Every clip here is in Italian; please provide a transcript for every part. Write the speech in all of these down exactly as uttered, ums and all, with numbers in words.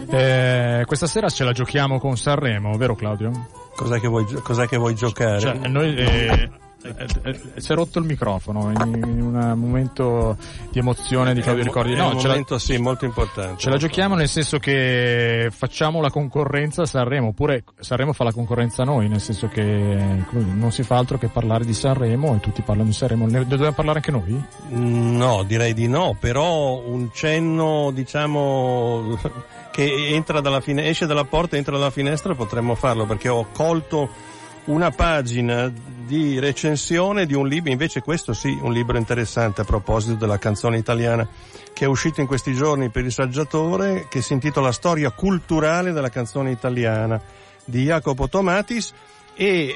Eh, questa sera ce la giochiamo con Sanremo, vero Claudio? Cos'è che vuoi, cos'è che vuoi giocare? Cioè, noi... Eh, Eh, eh, si è rotto il microfono in, in un momento di emozione di Claudio Ricordi. No, è un momento la, sì molto importante. Ce la giochiamo nel senso che facciamo la concorrenza a Sanremo, oppure Sanremo fa la concorrenza a noi, nel senso che non si fa altro che parlare di Sanremo e tutti parlano di Sanremo. Ne dobbiamo parlare anche noi? No, direi di no, però un cenno, diciamo, che entra dalla fine, esce dalla porta e entra dalla finestra potremmo farlo, perché ho colto una pagina di recensione di un libro, invece questo sì, un libro interessante a proposito della canzone italiana, che è uscito in questi giorni per il Saggiatore, che si intitola Storia culturale della canzone italiana, di Jacopo Tomatis, e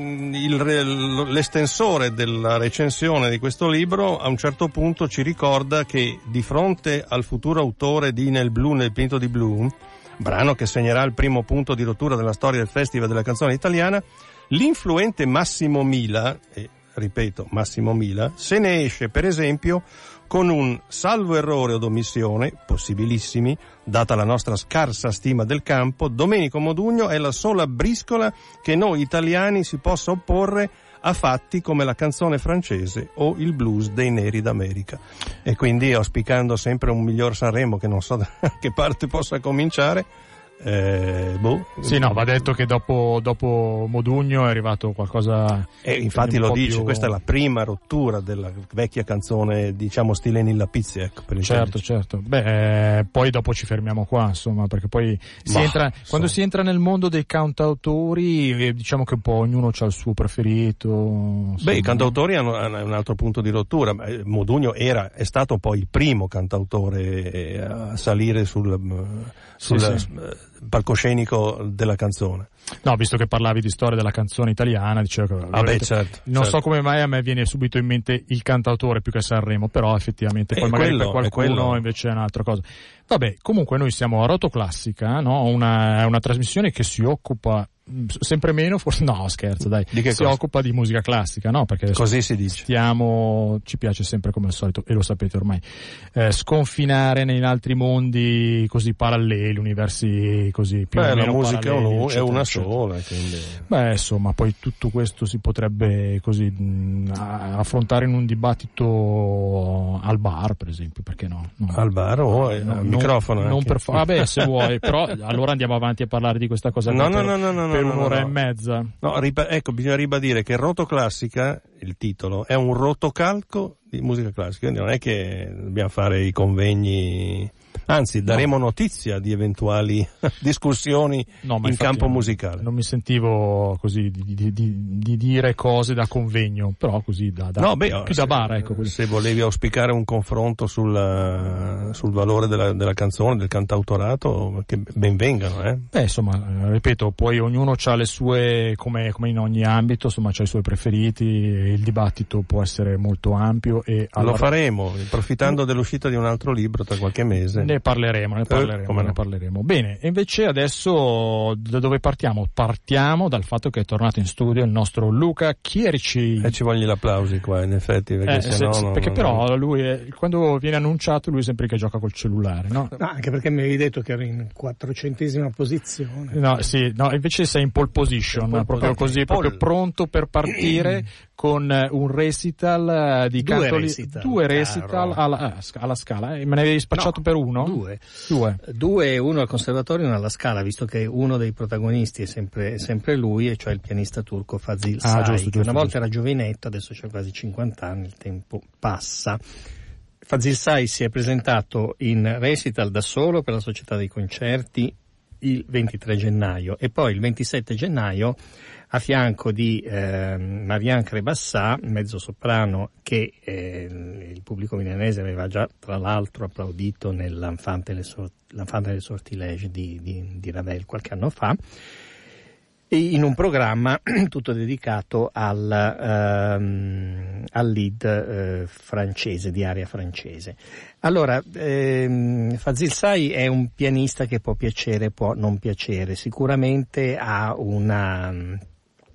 il, l'estensore della recensione di questo libro a un certo punto ci ricorda che di fronte al futuro autore di Nel blu nel pinto di blu, brano che segnerà il primo punto di rottura della storia del Festival della canzone italiana, l'influente Massimo Mila, e ripeto Massimo Mila, se ne esce per esempio con un salvo errore o omissione, possibilissimi, data la nostra scarsa stima del campo, Domenico Modugno è la sola briscola che noi italiani si possa opporre a fatti come la canzone francese o il blues dei Neri d'America. E quindi, auspicando sempre un miglior Sanremo, che non so da che parte possa cominciare, Eh, boh. Sì, no, va detto che dopo, dopo Modugno è arrivato qualcosa. E infatti lo dice, più... questa è la prima rottura della vecchia canzone, diciamo stile Nilla Pizzi, ecco, per certo, certo. Beh, eh, poi dopo ci fermiamo qua, insomma, perché poi si bah, entra, so. quando si entra nel mondo dei cantautori, eh, diciamo che un po' ognuno ha il suo preferito. Insomma. Beh, i cantautori hanno, hanno un altro punto di rottura. Modugno era, è stato poi il primo cantautore a salire sul, sul sì, sì. palcoscenico della canzone. No, visto che parlavi di storia della canzone italiana, dicevo che ah beh, certo, non certo. so come mai a me viene subito in mente il cantautore più che Sanremo, però effettivamente poi è magari quello, per qualcuno invece è un'altra cosa. Vabbè, comunque noi siamo a Rotoclassica, no? Una, una trasmissione che si occupa sempre meno, forse no, scherzo, dai. Di che si cosa? occupa di musica classica, no? Perché così si dice. Stiamo, ci piace sempre come al solito, e lo sapete ormai, eh, sconfinare negli altri mondi così paralleli, universi così più Beh, o meno la musica paralleli, è eccetera, una eccetera. sola, quindi... Beh, insomma, poi tutto questo si potrebbe così mh, affrontare in un dibattito al bar, per esempio, perché no? no. Al bar o al no, microfono? Non, non per fa- vabbè, se vuoi, però allora andiamo avanti a parlare di questa cosa no, per, no, no, no, per no, un'ora no, no. e mezza. No, riba- ecco, bisogna ribadire che Rotoclassica, il titolo, è un rotocalco di musica classica, quindi non è che dobbiamo fare i convegni, anzi daremo no. notizia di eventuali discussioni no, in campo musicale. Non mi sentivo così di, di, di, di dire cose da convegno, però così da, da no, beh, più se, da bar, ecco. Così. Se volevi auspicare un confronto sul, sul valore della, della canzone, del cantautorato, che ben vengano, eh. Beh, insomma, ripeto, poi ognuno ha le sue, come, come in ogni ambito, insomma, c'ha i suoi preferiti, il dibattito può essere molto ampio e allora... Lo faremo, approfittando dell'uscita di un altro libro tra qualche mese. Ne parleremo, ne parleremo, eh, ne no. parleremo. Bene, e invece adesso da dove partiamo? Partiamo dal fatto che è tornato in studio il nostro Luca Chierici. E ci vogliono gli applausi qua, in effetti, perché eh, se se, no... se, non, perché non... però lui, è, quando viene annunciato, lui è sempre che gioca col cellulare, no? No, anche perché mi avevi detto che ero in quattrocentesima posizione. No, sì, no, invece sei in pole position, pole proprio così, pole. proprio pronto per partire con un recital di due canto recital, due recital alla, alla Scala, eh, me ne avevi spacciato no, per uno? Due. Due. Due, uno al conservatorio e uno alla Scala, visto che uno dei protagonisti è sempre, è sempre lui, e cioè il pianista turco Fazil ah, Say, giusto, che giusto, una volta giusto. era giovinetto, adesso c'ha quasi cinquanta anni, il tempo passa. Fazil Say si è presentato in recital da solo per la Società dei Concerti il ventitré gennaio e poi il ventisette gennaio a fianco di eh, Marianne Crebassà, mezzo soprano, che eh, il pubblico milanese aveva già tra l'altro applaudito nell'Enfant et le Sortilèges di, di, di Ravel qualche anno fa, e in un programma tutto dedicato al, ehm, al lead eh, francese, di area francese. Allora, ehm, Fazil Say è un pianista che può piacere, può non piacere, sicuramente ha una...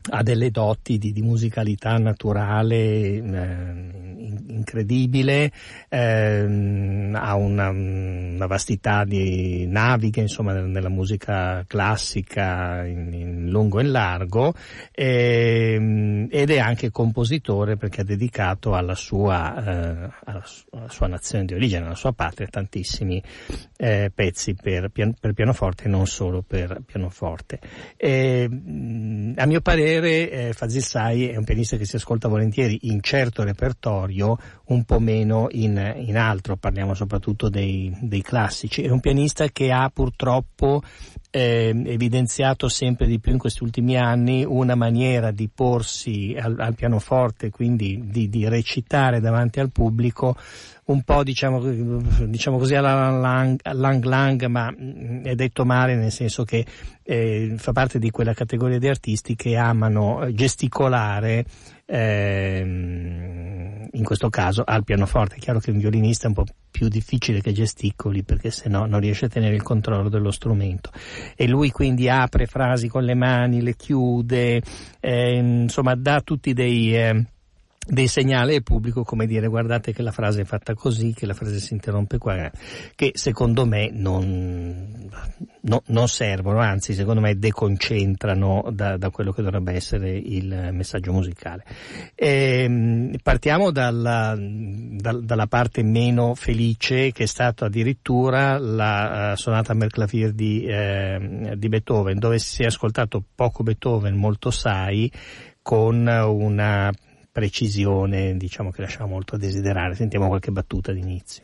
ha delle doti di, di musicalità naturale eh, incredibile, eh, ha una, una vastità di navighe, insomma, nella musica classica in, in lungo e in largo, eh, ed è anche compositore, perché ha dedicato alla sua, eh, alla, alla sua nazione di origine, alla sua patria, tantissimi eh, pezzi per, pian, per pianoforte e non solo per pianoforte. Eh, a mio parere Eh, Fazil Say è un pianista che si ascolta volentieri in certo repertorio, un po' meno in, in altro, parliamo soprattutto dei, dei classici. È un pianista che ha purtroppo eh, evidenziato sempre di più in questi ultimi anni una maniera di porsi al, al pianoforte, quindi di, di recitare davanti al pubblico, un po' diciamo, diciamo così alla lang, lang lang, ma è detto male, nel senso che eh, fa parte di quella categoria di artisti che amano gesticolare, eh, in questo caso al pianoforte. È chiaro che un violinista è un po' più difficile che gesticoli, perché sennò non riesce a tenere il controllo dello strumento, e lui quindi apre frasi con le mani, le chiude, eh, insomma dà tutti dei... Eh, dei segnali al pubblico, come dire: guardate che la frase è fatta così, che la frase si interrompe qua, che secondo me non, no, non servono, anzi secondo me deconcentrano da, da quello che dovrebbe essere il messaggio musicale. E, partiamo dalla, da, dalla parte meno felice, che è stata addirittura la uh, sonata per clavier di, eh, di Beethoven, dove si è ascoltato poco Beethoven, molto Say, con una precisione, diciamo, che lasciava molto a desiderare. Sentiamo qualche battuta d'inizio.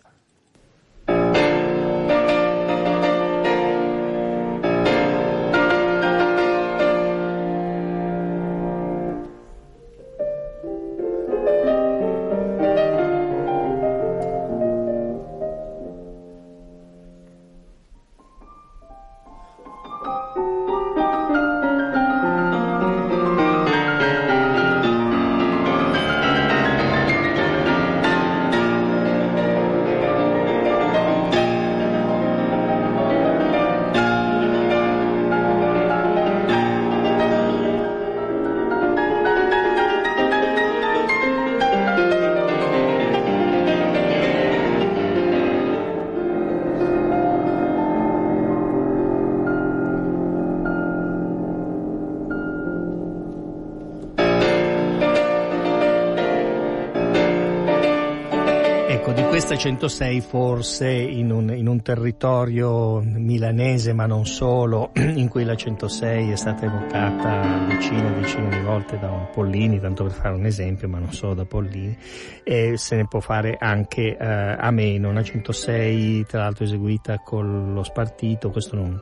centosei forse in un, in un territorio milanese, ma non solo, in cui la centosei è stata evocata decine e decine di volte da un Pollini, tanto per fare un esempio, ma non solo da Pollini, e se ne può fare anche eh, a meno. Una centosei tra l'altro eseguita con lo spartito, questo non...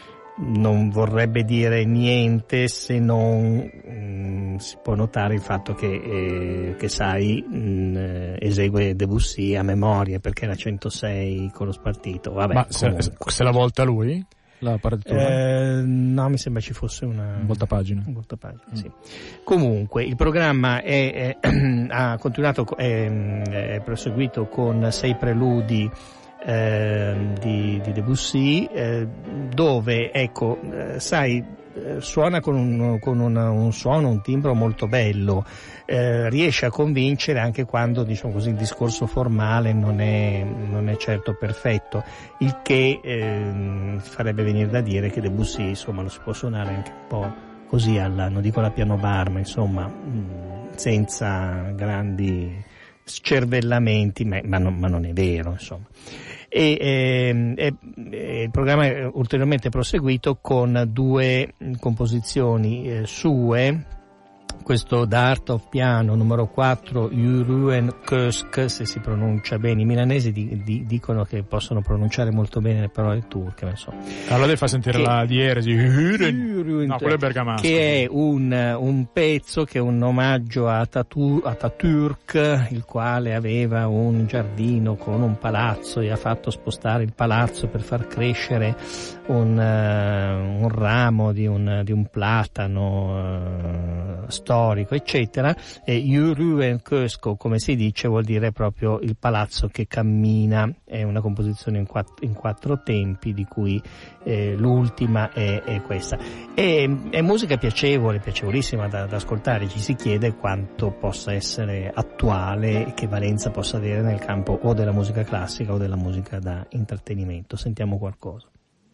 non vorrebbe dire niente, se non mh, si può notare il fatto che, eh, che Say mh, esegue Debussy a memoria, perché la centosei con lo spartito. Vabbè, ma se, se la volta lui? La partitura? Eh, no, mi sembra ci fosse una volta pagina. Un volta pagina, mm. sì. Comunque il programma è, è, ha continuato, è, è proseguito con sei preludi Eh, di, di Debussy, eh, dove ecco eh, sai eh, suona con, un, con una, un suono, un timbro molto bello, eh, riesce a convincere anche quando, diciamo così, il discorso formale non è, non è certo perfetto, il che eh, farebbe venire da dire che Debussy, insomma, lo si può suonare anche un po' così alla, non dico alla piano bar, ma insomma mh, senza grandi scervellamenti, ma, ma, non, ma non è vero, insomma. E, e, e il programma è ulteriormente proseguito con due composizioni eh, sue, questo The Art of Piano numero quattro, Yürüyen Köşk, se si pronuncia bene. I milanesi di, di, dicono che possono pronunciare molto bene le parole turche, ma insomma. Allora devi far sentire che, la dieresi, Yürüyen, no, quello è bergamasco. Che è un, un pezzo che è un omaggio a Atatürk, il quale aveva un giardino con un palazzo e ha fatto spostare il palazzo per far crescere un, uh, un ramo di un, di un platano uh, storico, eccetera. E Juruenkösko, come si dice, vuol dire proprio il palazzo che cammina. È una composizione in quattro, in quattro tempi, di cui eh, l'ultima è, è questa. E, è musica piacevole, piacevolissima da, da ascoltare. Ci si chiede quanto possa essere attuale e che valenza possa avere nel campo o della musica classica o della musica da intrattenimento. Sentiamo qualcosa.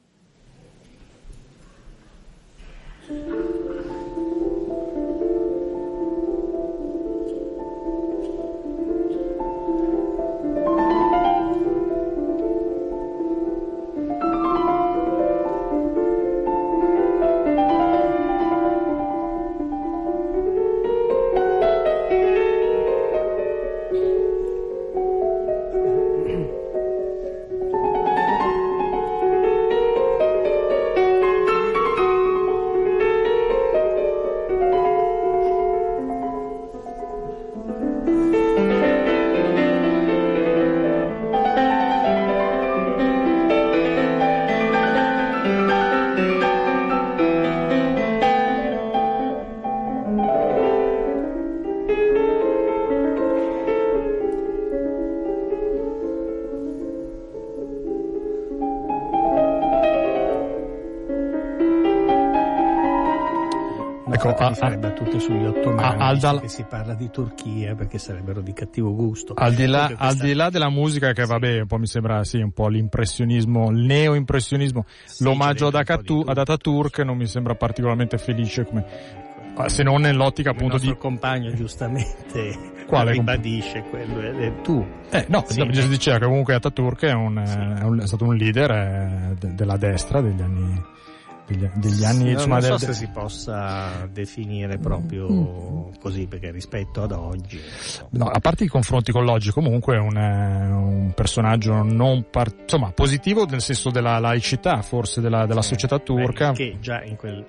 Ecco, a, fare battute sugli ottomani, a, dal... che si parla di Turchia, perché sarebbero di cattivo gusto. Al di là, questa... al di là della musica, che vabbè, un po' mi sembra sì, un po' l'impressionismo, il neo-impressionismo, sì, l'omaggio ad, Akatu, ad Ataturk non mi sembra particolarmente felice, come, se non nell'ottica appunto di... Il nostro compagno giustamente Quale ribadisce quello, è tu. Eh, no, sì. Si diceva che comunque Ataturk è, un, sì. è, un, è stato un leader eh, de, della destra degli anni... degli, degli anni sì, insomma, non so del... se si possa definire proprio mm. così, perché rispetto ad oggi no, a parte i confronti con l'oggi, comunque è un, un personaggio non par... insomma positivo nel senso della laicità forse della, della sì, società turca, che già in quel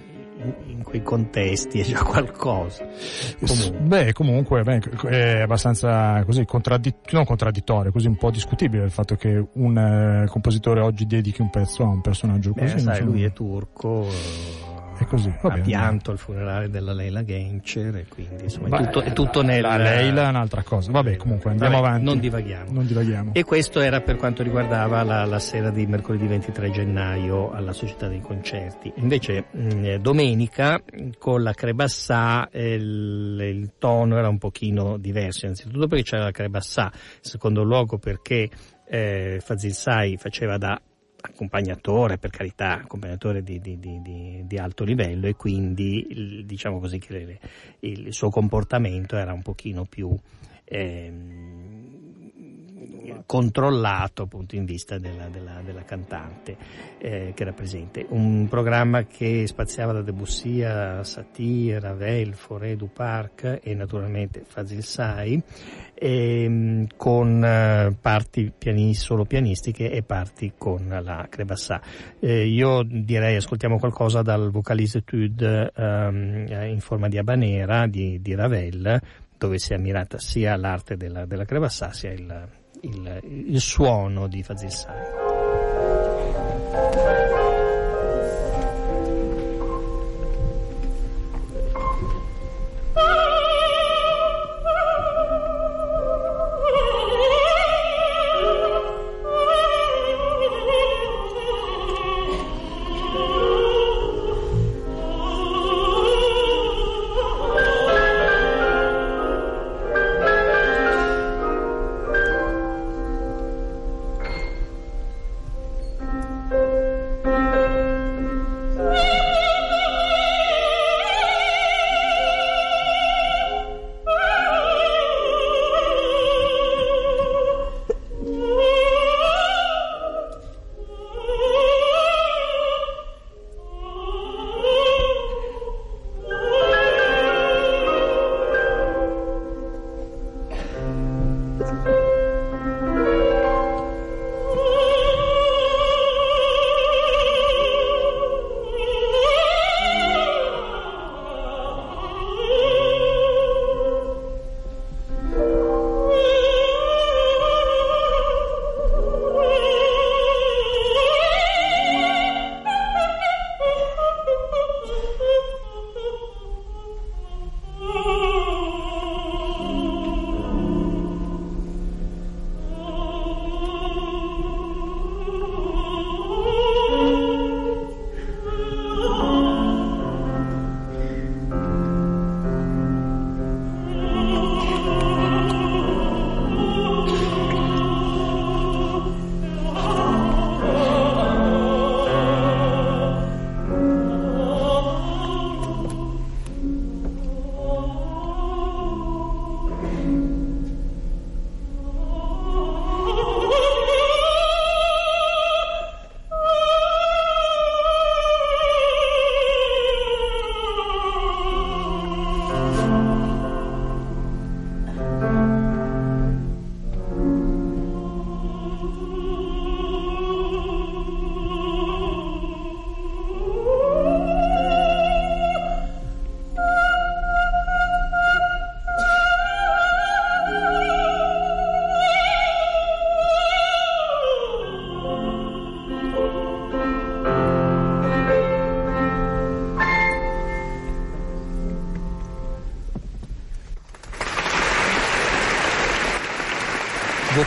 in quei contesti è già qualcosa. Comunque. Beh, comunque beh, è abbastanza così contradditt- non contraddittorio, così un po' discutibile il fatto che un eh, compositore oggi dedichi un pezzo a un personaggio così. Beh, sai, lui è turco. È così, va ha bene. pianto al funerale della Leila Gencer e quindi insomma Beh, è tutto, è tutto nel... La Leila è un'altra cosa, vabbè comunque andiamo vabbè, avanti. Non divaghiamo. non divaghiamo. E questo era per quanto riguardava la, la sera di mercoledì ventitré gennaio alla Società dei Concerti. Invece mh, domenica con la Crebassà eh, il, il tono era un pochino diverso, innanzitutto perché c'era la Crebassà, in secondo luogo perché eh, Fazil Say faceva da accompagnatore, per carità, accompagnatore di, di, di, di, di alto livello, e quindi il, diciamo così che le, il suo comportamento era un pochino più ehm, controllato appunto in vista della, della, della cantante eh, che era presente. Un programma che spaziava da Debussy a Satie, Ravel, Fauré, Duparc e naturalmente Fazil Say, e, con uh, parti piani, solo pianistiche e parti con la Crebassà. Eh, io direi ascoltiamo qualcosa dal Vocalise Etude um, in forma di habanera di, di Ravel, dove si è ammirata sia l'arte della, della Crebassà sia il, il, il suono di Fazil Say.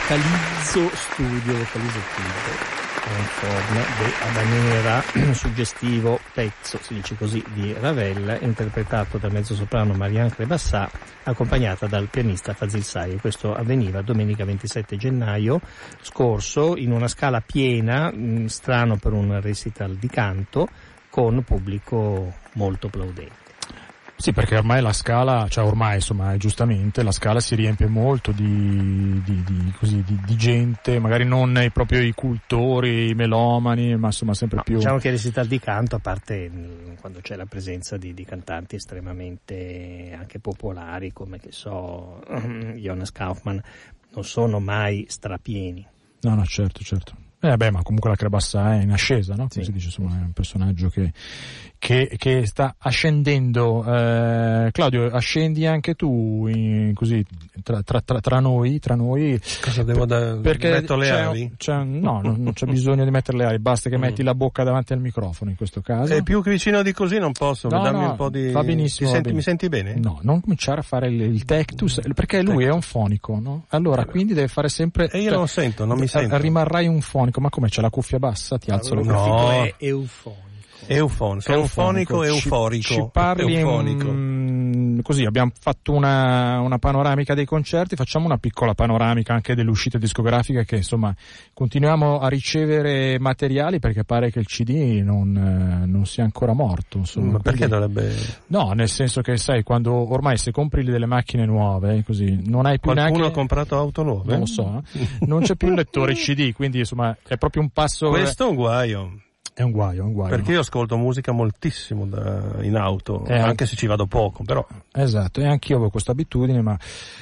Vocalizzo Studio, Vocalizzo Studio. In forma de Habanera, suggestivo pezzo, si dice così, di Ravel, interpretato dal mezzosoprano Marianne Clebassat, accompagnata dal pianista Fazil Say. Questo avveniva domenica ventisette gennaio scorso in una scala piena, mh, strano per un recital di canto, con pubblico molto plaudente. Sì, perché ormai la Scala, cioè ormai insomma giustamente la Scala si riempie molto di, di, di, così, di, di gente, magari non i, proprio i cultori, i melomani, ma insomma sempre no, più... Diciamo che il recital di canto, a parte mh, quando c'è la presenza di, di cantanti estremamente anche popolari, come che so, Jonas Kaufmann, non sono mai strapieni. No, no, certo, certo. Eh beh, ma comunque la Clebassat è in ascesa, no? Come sì, si dice, insomma, sì. È un personaggio che, che, che sta ascendendo. Eh, Claudio, ascendi anche tu in, così tra, tra, tra, tra noi, tra noi. Cosa devo da perché metto le c'è, ali? C'è, no, non, non c'è bisogno di mettere le ali, basta che mm. metti la bocca davanti al microfono in questo caso. E più vicino di così non posso, no, dammi no, un po' di... Va benissimo. Ti senti, va mi senti bene? No, non cominciare a fare il, il tectus, perché lui è un fonico, no? Allora, quindi deve fare sempre... E io non sento, non mi sento. Rimarrai un fonico. Ma come c'è la cuffia bassa? Ti alzo allora, la cuffia. No, è eufonico. Eufonico, eufonico, euforico. Ci, ci parli eufonico. In, così abbiamo fatto una, una panoramica dei concerti, facciamo una piccola panoramica anche delle uscite discografiche, che insomma continuiamo a ricevere materiali perché pare che il C D non, non sia ancora morto. Insomma. Ma perché quindi, dovrebbe? No, nel senso che sai, quando ormai se compri delle macchine nuove, così non hai più Qualcuno neanche... ha comprato auto nuove? Non lo so, eh? Non c'è più il lettore C D, quindi insomma è proprio un passo... Questo è un guaio. È un guaio, è un guaio. Perché io ascolto musica moltissimo da, in auto, eh, anche se ci vado poco, però. Esatto, e anch'io avevo questa abitudine, ma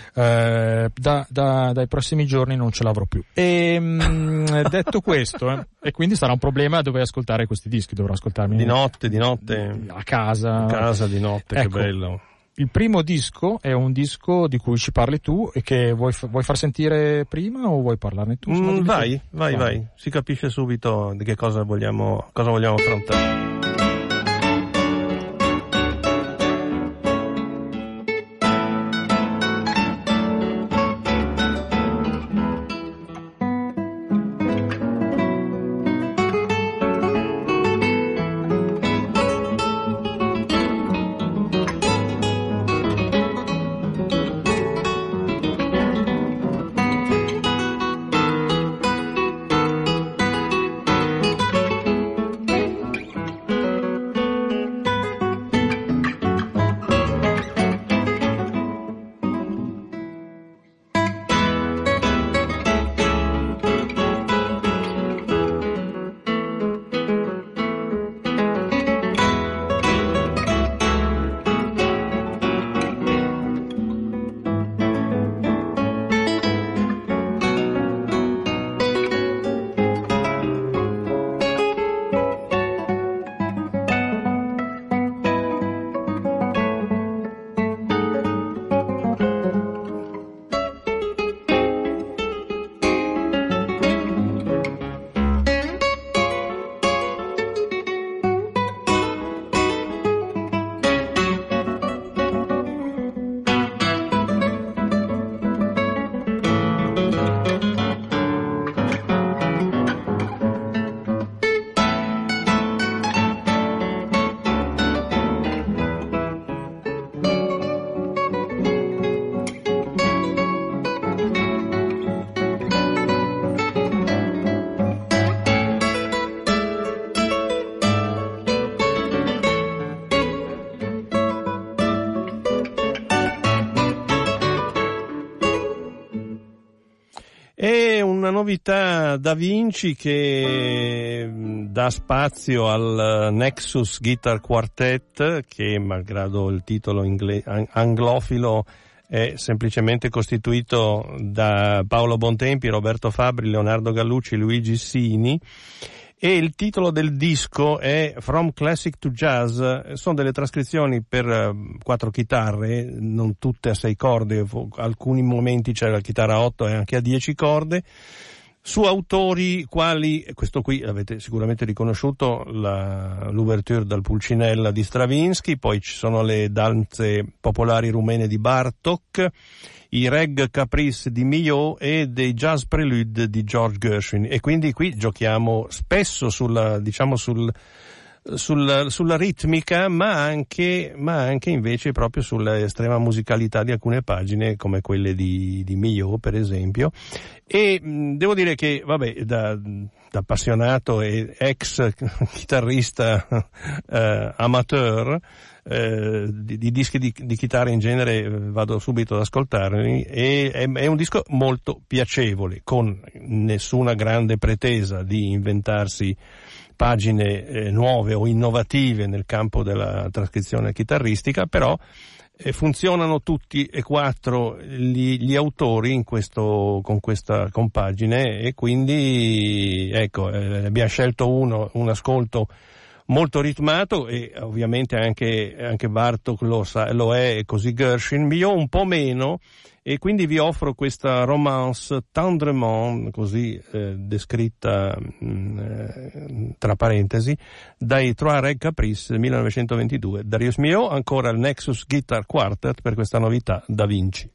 eh, da, da, dai prossimi giorni non ce l'avrò più. E mh, detto questo, eh, e quindi sarà un problema dove ascoltare questi dischi, dovrò ascoltarmi di notte, di notte a casa. A casa di notte, ecco, che bello. Il primo disco è un disco di cui ci parli tu e che vuoi, vuoi far sentire prima o vuoi parlarne tu? Mm, vai, vai, vai, vai. Si capisce subito di che cosa vogliamo, cosa vogliamo affrontare. È una novità Da Vinci che dà spazio al Nexus Guitar Quartet, che malgrado il titolo ingle- anglofilo è semplicemente costituito da Paolo Bontempi, Roberto Fabbri, Leonardo Gallucci e Luigi Sini. E il titolo del disco è From Classic to Jazz. Sono delle trascrizioni per quattro chitarre, non tutte a sei corde, alcuni momenti c'è la chitarra a otto e anche a dieci corde, su autori quali, questo qui l'avete sicuramente riconosciuto, la, l'ouverture dal Pulcinella di Stravinsky, poi ci sono le danze popolari rumene di Bartók, i Reg Caprice di Milhaud e dei Jazz Prelude di George Gershwin, e quindi qui giochiamo spesso sulla, diciamo sul Sulla, sulla ritmica, ma anche, ma anche invece proprio sulla estrema musicalità di alcune pagine, come quelle di, di Milhaud, per esempio. E mh, devo dire che, vabbè, da, da appassionato e ex chitarrista eh, amateur, eh, di, di dischi di, di chitarra in genere, eh, vado subito ad ascoltarli, e è, è un disco molto piacevole, con nessuna grande pretesa di inventarsi pagine eh, nuove o innovative nel campo della trascrizione chitarristica, però eh, funzionano tutti e quattro gli, gli autori in questo, con questa compagine, e quindi ecco, eh, abbiamo scelto uno, un ascolto molto ritmato, e ovviamente anche, anche Bartók lo, sa, lo è, e così Gershwin, io un po' meno, e quindi vi offro questa romance tendrement, così eh, descritta mh, eh, tra parentesi, dai Trois Reg Caprice millenovecentoventidue. Darius Milhaud, ancora il Nexus Guitar Quartet per questa novità Da Vinci.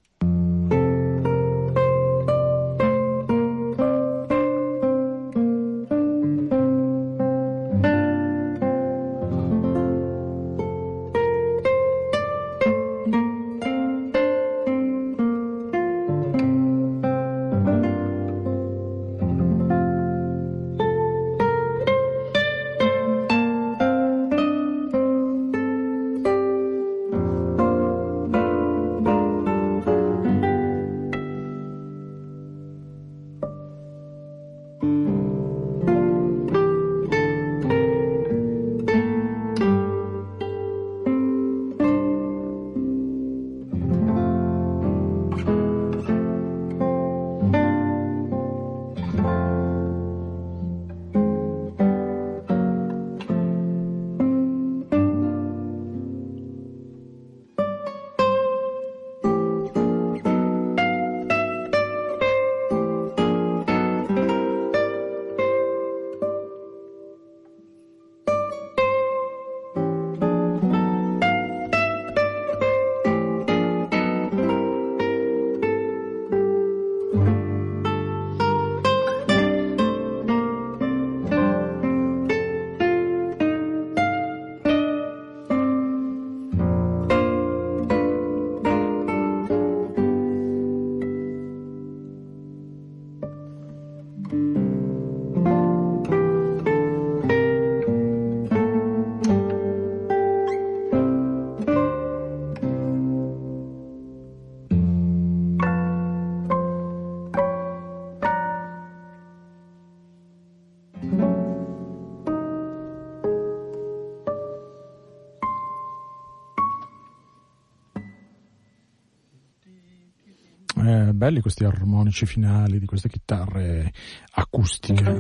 Eh, belli questi armonici finali di queste chitarre acustiche.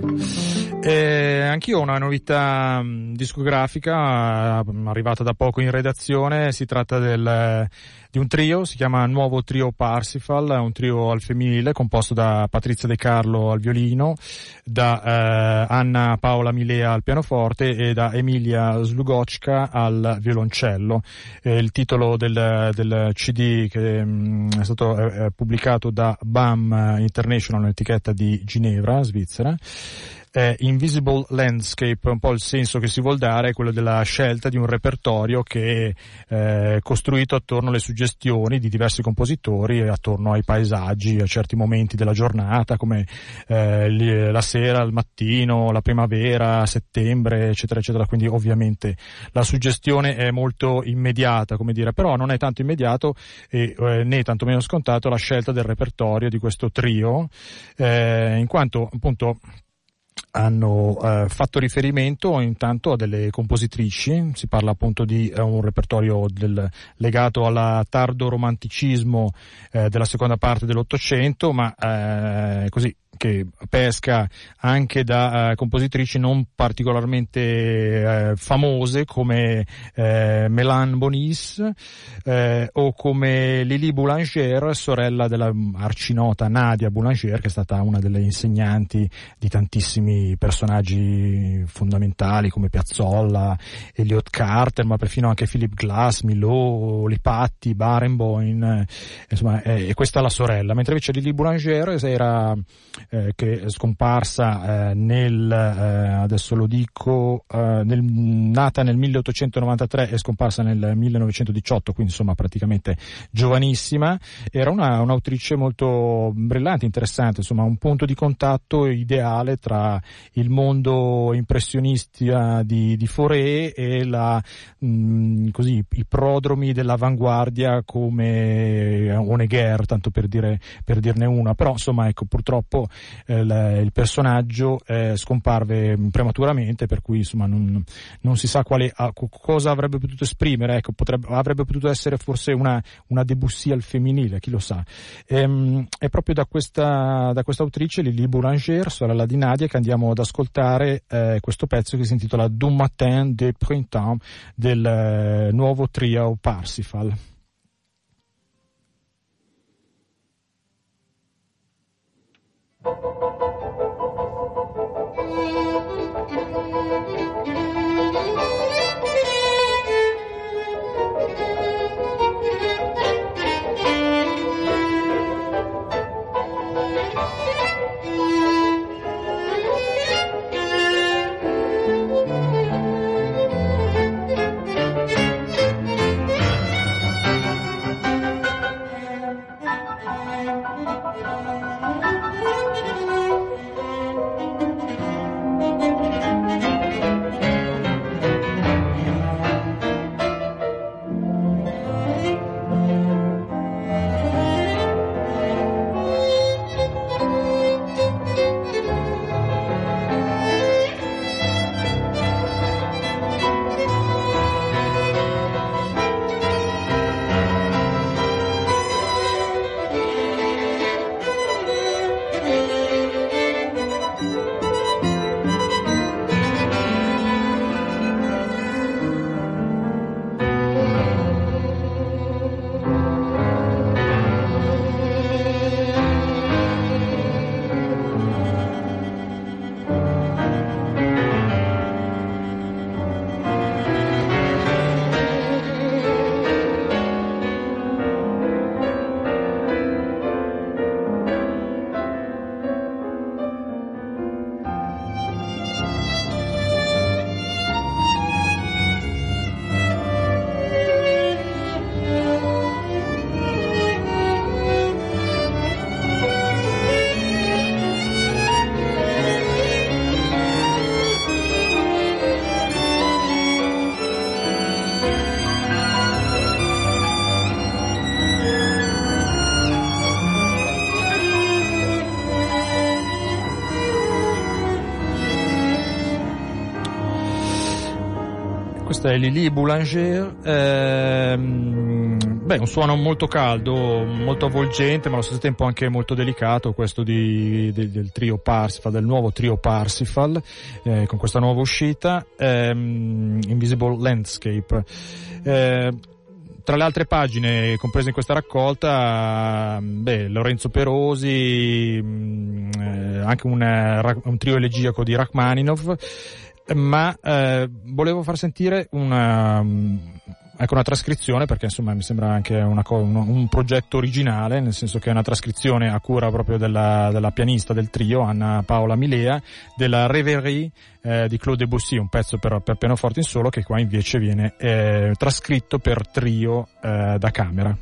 Eh, anch'io ho una novità mh, discografica mh, arrivata da poco in redazione. Si tratta del, di un trio, si chiama Nuovo Trio Parsifal, è un trio al femminile composto da Patrizia De Carlo al violino, da eh, Anna Paola Milea al pianoforte e da Emilia Slugocka al violoncello. Eh, il titolo del, del C D che mh, è stato eh, pubblicato da B A M International, un'etichetta di Ginevra, Svizzera. Eh, Invisible Landscape, un po' il senso che si vuol dare è quello della scelta di un repertorio che è eh, costruito attorno alle suggestioni di diversi compositori, attorno ai paesaggi, a certi momenti della giornata, come eh, la sera, il mattino, la primavera, settembre, eccetera, eccetera. Quindi ovviamente la suggestione è molto immediata, come dire, però non è tanto immediato e eh, né tantomeno scontato la scelta del repertorio di questo trio, eh, in quanto appunto hanno eh, fatto riferimento intanto a delle compositrici. Si parla appunto di eh, un repertorio del, legato al tardo romanticismo eh, della seconda parte dell'Ottocento, ma eh, così che pesca anche da uh, compositrici non particolarmente uh, famose come uh, Mélan Bonis uh, o come Lili Boulanger, sorella della arcinota Nadia Boulanger, che è stata una delle insegnanti di tantissimi personaggi fondamentali come Piazzolla, Elliot Carter, ma perfino anche Philip Glass, Milhaud, Lipatti, Barenboim, eh, insomma, eh, e questa è la sorella, mentre invece Lili Boulanger era Eh, che è scomparsa eh, nel eh, adesso lo dico eh, nel, nata nel milleottocentonovantatré e scomparsa nel millenovecentodiciotto, quindi insomma praticamente giovanissima. Era una, un'autrice molto brillante, interessante, insomma un punto di contatto ideale tra il mondo impressionista di, di Fauré e la, mh, così, i prodromi dell'avanguardia come Honegger, tanto per dire, per dirne una. Però insomma ecco, purtroppo eh, il, il personaggio eh, scomparve prematuramente, per cui insomma non, non si sa quale, a, cosa avrebbe potuto esprimere. Ecco, potrebbe, avrebbe potuto essere forse una, una Debussy al femminile, chi lo sa. Ehm, è proprio da questa, da questa autrice, Lili Boulanger, sorella di Nadia, che andiamo ad ascoltare eh, questo pezzo che si intitola Du matin de printemps del eh, nuovo trio Parsifal. Questa è Lili Boulanger, ehm, beh, un suono molto caldo, molto avvolgente, ma allo stesso tempo anche molto delicato, questo di, di, del trio Parsifal, del nuovo trio Parsifal, eh, con questa nuova uscita, ehm, Invisible Landscape. Eh, Tra le altre pagine comprese in questa raccolta, beh, Lorenzo Perosi, eh, anche un, un trio elegiaco di Rachmaninov, ma eh, volevo far sentire una, ecco, una trascrizione, perché insomma mi sembra anche una, un, un progetto originale, nel senso che è una trascrizione a cura proprio della, della pianista del trio, Anna Paola Milea, della Rêverie eh, di Claude Debussy, un pezzo per, per pianoforte in solo, che qua invece viene eh, trascritto per trio eh, da camera.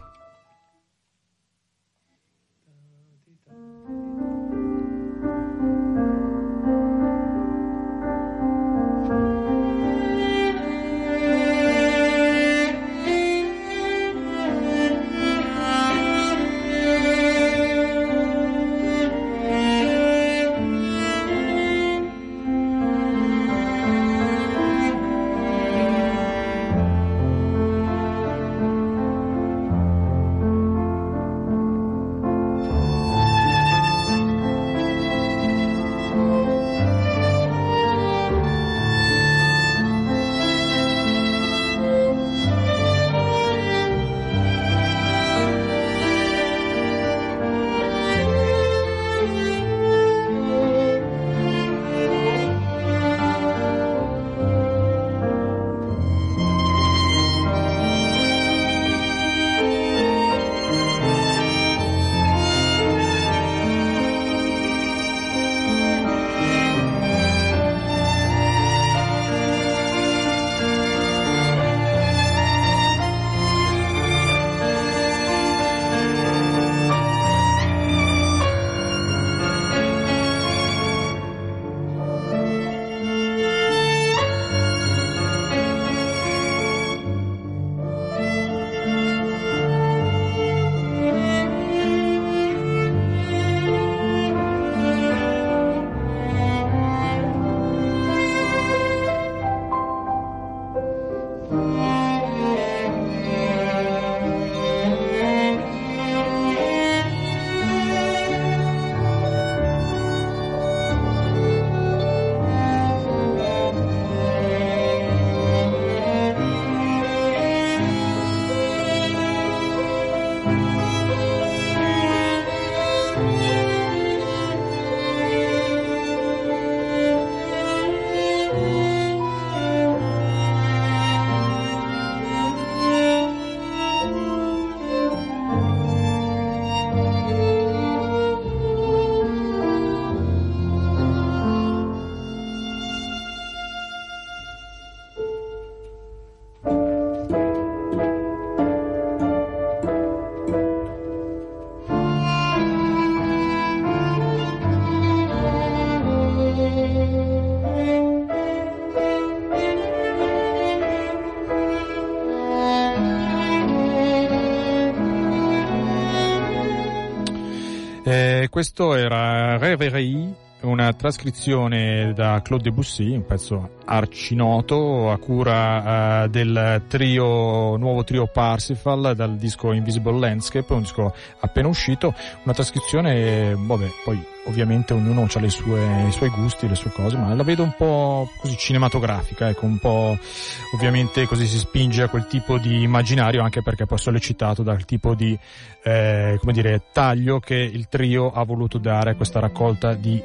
Eh, questo era Reverie, una trascrizione da Claude Debussy, un pezzo arcinoto a cura uh, del trio, nuovo trio Parsifal, dal disco Invisible Landscape, un disco appena uscito, una trascrizione, vabbè, poi ovviamente ognuno ha le sue, i suoi gusti, le sue cose, ma la vedo un po' così cinematografica, ecco, un po' ovviamente così si spinge a quel tipo di immaginario, anche perché poi sollecitato dal tipo di, eh, come dire, taglio che il trio ha voluto dare a questa raccolta di,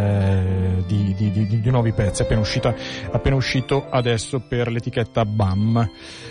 eh, di, di, di, di nuovi pezzi, appena uscita, appena uscito adesso per l'etichetta B A M.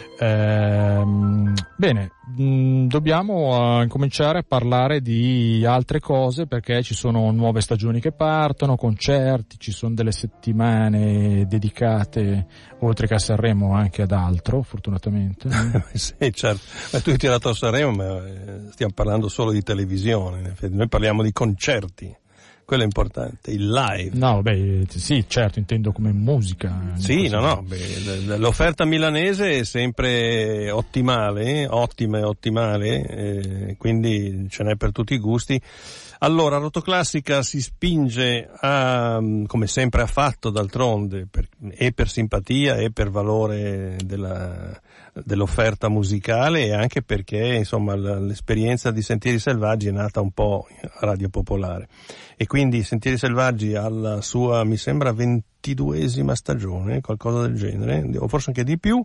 Eh, bene, mh, dobbiamo uh, incominciare a parlare di altre cose, perché ci sono nuove stagioni che partono, concerti, ci sono delle settimane dedicate, oltre che a Sanremo, anche ad altro, fortunatamente. Sì, certo. Ma tu hai tirato a Sanremo, ma stiamo parlando solo di televisione, in effetti. Noi parliamo di concerti. Quello è importante, il live. No, beh, sì, certo, intendo come musica. Sì, no, no, beh, l'offerta milanese è sempre ottimale, ottima e ottimale, eh, quindi ce n'è per tutti i gusti. Allora, Rotoclassica si spinge a, come sempre ha fatto d'altronde, per, e per simpatia e per valore della, dell'offerta musicale, e anche perché, insomma, l'esperienza di Sentieri Selvaggi è nata un po' a Radio Popolare. E quindi Sentieri Selvaggi alla sua, mi sembra, ventiduesima stagione, qualcosa del genere, o forse anche di più.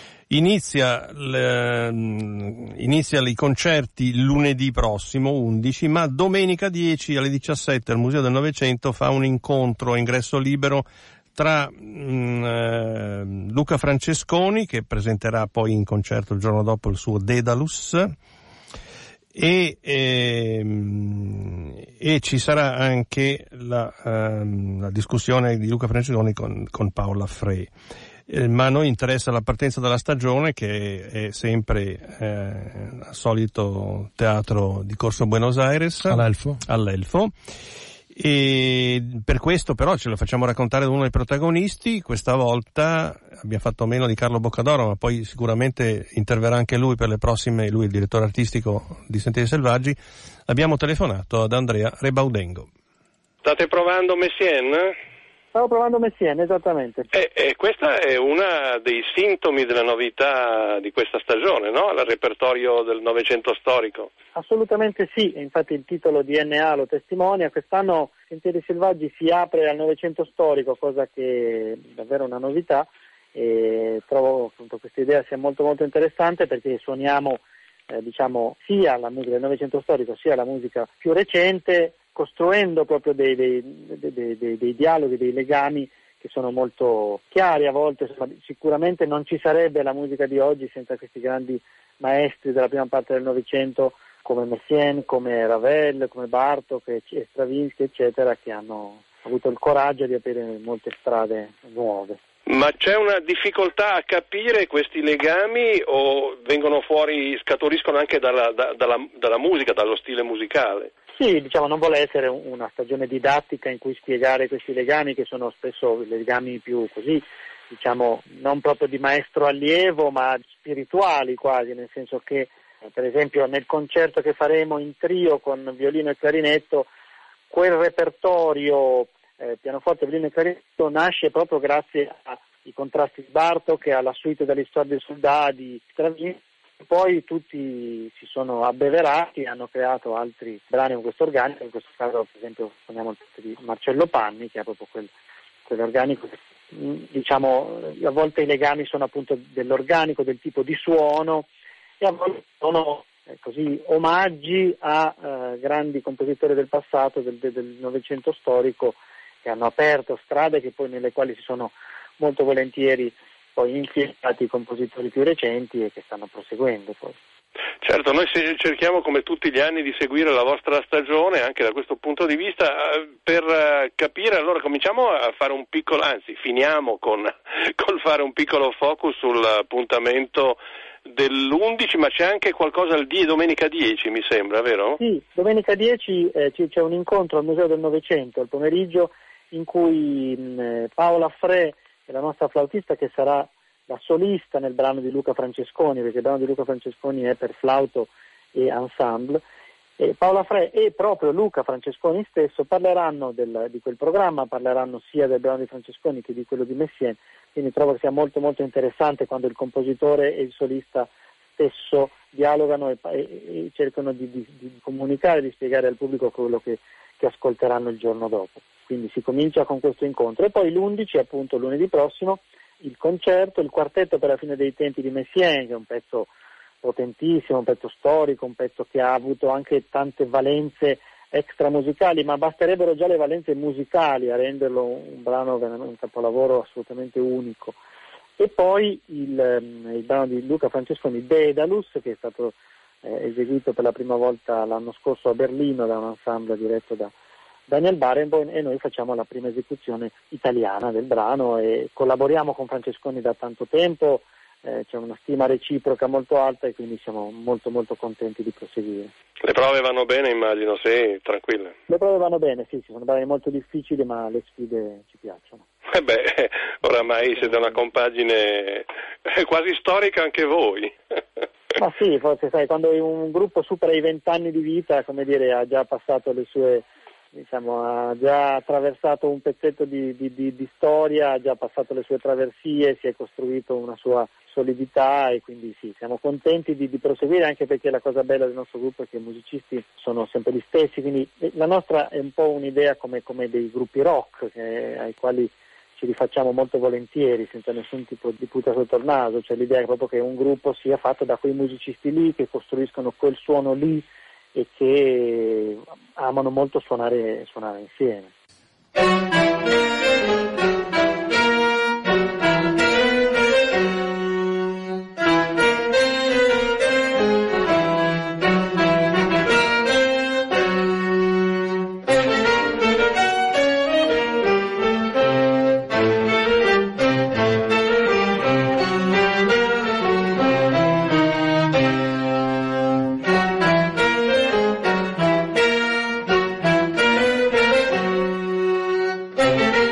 Inizia, le, inizia i concerti lunedì prossimo, undici, ma domenica dieci alle diciassette al Museo del Novecento fa un incontro a ingresso libero tra mh, eh, Luca Francesconi, che presenterà poi in concerto il giorno dopo il suo Daedalus, e, e, e ci sarà anche la, um, la discussione di Luca Francesconi con, con Paola Frey. Ma a noi interessa la partenza della stagione, che è sempre eh, al solito teatro di Corso Buenos Aires, all'Elfo. all'Elfo. E per questo però ce lo facciamo raccontare da uno dei protagonisti. Questa volta abbiamo fatto meno di Carlo Boccadoro, ma poi sicuramente interverrà anche lui per le prossime, lui è il direttore artistico di Sentieri Selvaggi. Abbiamo telefonato ad Andrea Rebaudengo. State provando Messiaen? Stavo provando Messiaen, esattamente. E, e questa è una dei sintomi della novità di questa stagione, no? Il repertorio del Novecento storico. Assolutamente sì, infatti il titolo D N A lo testimonia. Quest'anno Sentieri Selvaggi si apre al Novecento storico, cosa che è davvero una novità, e trovo appunto questa idea sia molto molto interessante, perché suoniamo eh, diciamo sia la musica del Novecento storico sia la musica più recente, costruendo proprio dei, dei, dei, dei, dei dialoghi, dei legami che sono molto chiari a volte. Insomma, sicuramente non ci sarebbe la musica di oggi senza questi grandi maestri della prima parte del Novecento come Messiaen, come Ravel, come Bartók, Stravinsky, eccetera, che hanno avuto il coraggio di aprire molte strade nuove. Ma c'è una difficoltà a capire questi legami, o vengono fuori, scaturiscono anche dalla, da, dalla, dalla musica, dallo stile musicale? Sì, diciamo, non vuole essere una stagione didattica in cui spiegare questi legami, che sono spesso legami più così, diciamo, non proprio di maestro allievo, ma spirituali quasi, nel senso che, per esempio, nel concerto che faremo in trio con violino e clarinetto, quel repertorio eh, pianoforte, violino e clarinetto nasce proprio grazie a i contrasti di Bartók, alla suite delle storie dei soldati, Stravinsky. Poi tutti si sono abbeverati e hanno creato altri brani con questo organico, in questo caso per esempio poniamo il pezzo di Marcello Panni, che ha proprio quel, quell'organico, diciamo a volte i legami sono appunto dell'organico, del tipo di suono, e a volte sono eh, così omaggi a eh, grandi compositori del passato, del, del Novecento storico, che hanno aperto strade che poi nelle quali si sono molto volentieri poi infiltrati i compositori più recenti e che stanno proseguendo poi. Certo, noi cerchiamo come tutti gli anni di seguire la vostra stagione anche da questo punto di vista, per capire. Allora cominciamo a fare un piccolo, anzi finiamo con col fare un piccolo focus sull'appuntamento dell'undici, ma c'è anche qualcosa il die, domenica dieci mi sembra, vero? Sì, domenica dieci eh, c'è un incontro al Museo del Novecento al pomeriggio in cui mh, Paola Frè, la nostra flautista, che sarà la solista nel brano di Luca Francesconi, perché il brano di Luca Francesconi è per flauto e ensemble, e Paola Frè e proprio Luca Francesconi stesso parleranno del, di quel programma, parleranno sia del brano di Francesconi che di quello di Messiaen, quindi trovo che sia molto molto interessante quando il compositore e il solista stesso dialogano e, e, e cercano di, di, di comunicare, di spiegare al pubblico quello che, che ascolteranno il giorno dopo. Quindi si comincia con questo incontro e poi l'undici, appunto lunedì prossimo, il concerto, il quartetto per la fine dei tempi di Messiaen, che è un pezzo potentissimo, un pezzo storico, un pezzo che ha avuto anche tante valenze extramusicali, ma basterebbero già le valenze musicali a renderlo un brano, un capolavoro assolutamente unico. E poi il, il brano di Luca Francesconi, Daedalus, che è stato eh, eseguito per la prima volta l'anno scorso a Berlino da un ensemble diretto da Daniel Barenboim, e noi facciamo la prima esecuzione italiana del brano e collaboriamo con Francesconi da tanto tempo, eh, c'è una stima reciproca molto alta e quindi siamo molto molto contenti di proseguire. Le prove vanno bene, immagino, sì, tranquille. Le prove vanno bene, sì, sì, sono brani molto difficili, ma le sfide ci piacciono. Eh beh, oramai siete una compagine quasi storica anche voi. Ma sì, forse sai, quando un gruppo supera i vent'anni di vita, come dire, ha già passato le sue, diciamo, ha già attraversato un pezzetto di, di, di, di storia, ha già passato le sue traversie, si è costruito una sua solidità e quindi sì, siamo contenti di, di proseguire, anche perché la cosa bella del nostro gruppo è che i musicisti sono sempre gli stessi, quindi la nostra è un po' un'idea come, come dei gruppi rock che, ai quali ci rifacciamo molto volentieri senza nessun tipo di puta sotto il naso, cioè l'idea è proprio che un gruppo sia fatto da quei musicisti lì che costruiscono quel suono lì e che amano molto suonare, suonare insieme. Thank you.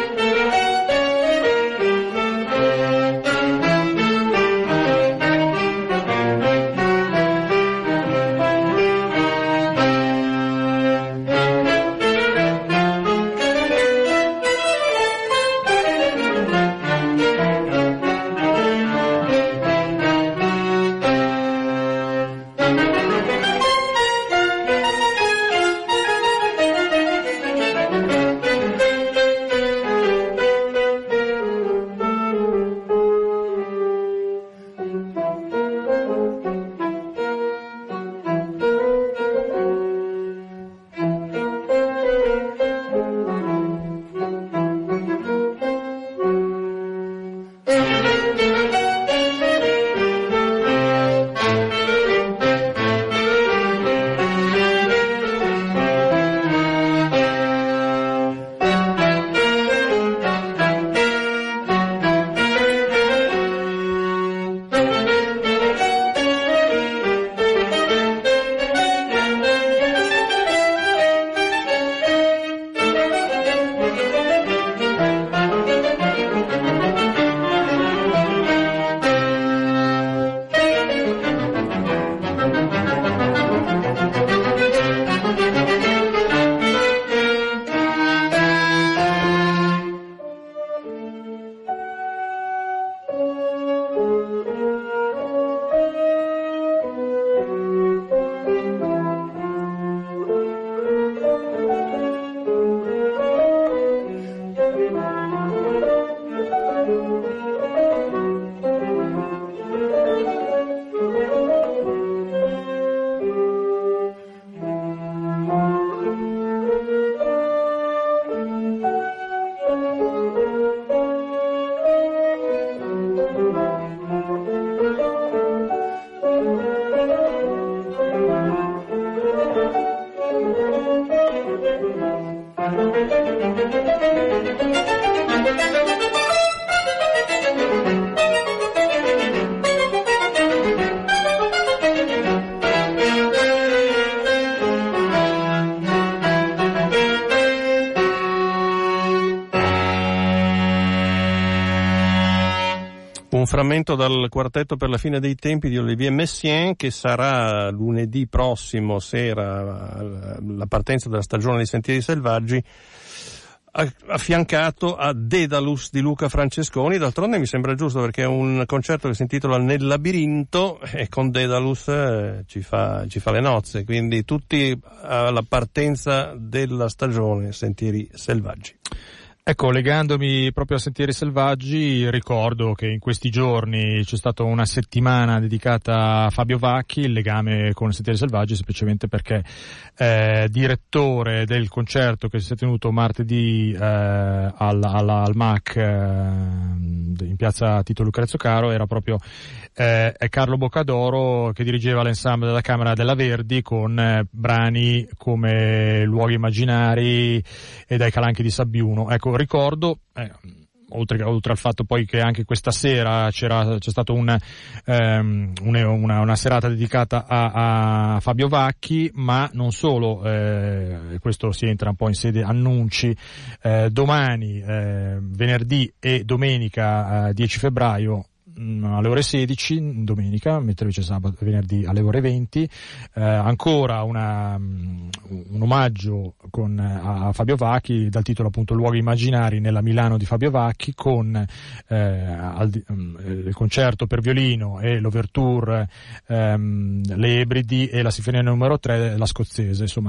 frammento dal quartetto per la fine dei tempi di Olivier Messiaen, che sarà lunedì prossimo sera la partenza della stagione dei Sentieri Selvaggi, affiancato a Daedalus di Luca Francesconi. D'altronde mi sembra giusto, perché è un concerto che si intitola Nel labirinto e con Daedalus eh, ci fa ci fa le nozze, quindi tutti alla partenza della stagione Sentieri Selvaggi. Ecco, legandomi proprio a Sentieri Selvaggi, ricordo che in questi giorni c'è stata una settimana dedicata a Fabio Vacchi, il legame con Sentieri Selvaggi semplicemente perché eh, direttore del concerto che si è tenuto martedì eh, al, al, al M A C eh, in piazza Tito Lucrezio Caro era proprio eh, Carlo Boccadoro, che dirigeva l'ensemble della Camera della Verdi con eh, brani come Luoghi Immaginari e Dai Calanchi di Sabbiuno. Ecco, ricordo, eh, oltre, oltre al fatto poi che anche questa sera c'era, c'è stata un, um, una, una serata dedicata a, a Fabio Vacchi, ma non solo, eh, questo si entra un po' in sede annunci, eh, domani, eh, venerdì e domenica eh, dieci febbraio, alle ore sedici, domenica, mentre invece sabato e venerdì alle ore venti, eh, ancora una, um, un omaggio con, a Fabio Vacchi dal titolo appunto Luoghi Immaginari nella Milano di Fabio Vacchi, con eh, al, um, il concerto per violino e l'ouverture, um, le Ebridi e la sinfonia numero tre, la scozzese. Insomma,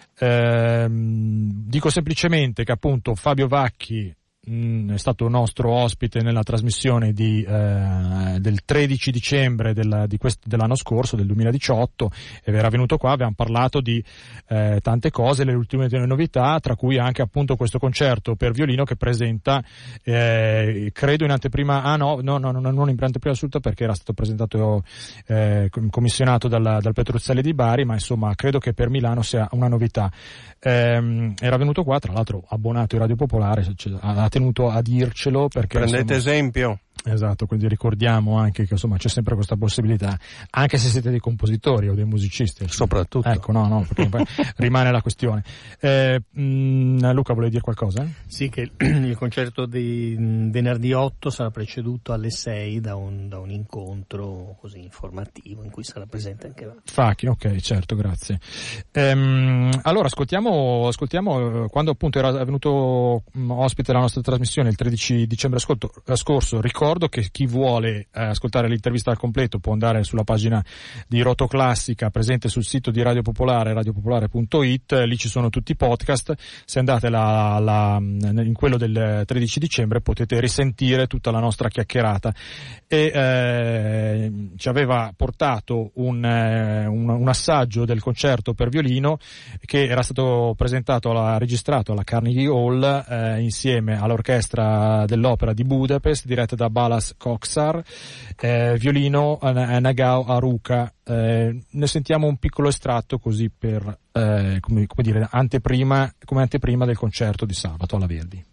ehm, dico semplicemente che appunto Fabio Vacchi è stato nostro ospite nella trasmissione di, eh, del tredici dicembre del, di quest, dell'anno scorso, del duemiladiciotto, e era venuto qua, abbiamo parlato di eh, tante cose, le ultime novità, tra cui anche appunto questo concerto per violino che presenta, eh, credo in anteprima, ah no, no, no, no non in anteprima assoluta, perché era stato presentato, eh, commissionato dal, dal Petruzzelli di Bari, ma insomma credo che per Milano sia una novità. Eh, era venuto qua, tra l'altro abbonato in Radio Popolare, ha tenuto a dircelo, perché prendete insomma, esempio. Esatto, quindi ricordiamo anche che insomma c'è sempre questa possibilità, anche se siete dei compositori o dei musicisti, insomma. Soprattutto. Ecco, no, no, perché poi rimane la questione. Eh, mh, Luca, volevi dire qualcosa? Sì, che il concerto di venerdì otto sarà preceduto alle sei da un, da un incontro così informativo in cui sarà presente anche la Facchi, ok, certo, grazie. Ehm, allora ascoltiamo, ascoltiamo quando appunto era venuto ospite la nostra trasmissione il tredici dicembre ascolto, scorso. Ricordo che chi vuole eh, ascoltare l'intervista al completo può andare sulla pagina di Rotoclassica presente sul sito di Radio Popolare, radiopopolare punto it, lì ci sono tutti i podcast. Se andate la, la, in quello del tredici dicembre potete risentire tutta la nostra chiacchierata, e eh, ci aveva portato un, eh, un, un assaggio del concerto per violino che era stato presentato, alla, registrato alla Carnegie Hall eh, insieme all'orchestra dell'Opera di Budapest diretta da Balas Koksar, eh, violino eh, Nagao Haruka. Eh, ne sentiamo un piccolo estratto così per eh, come, come dire anteprima, come anteprima del concerto di sabato alla Verdi.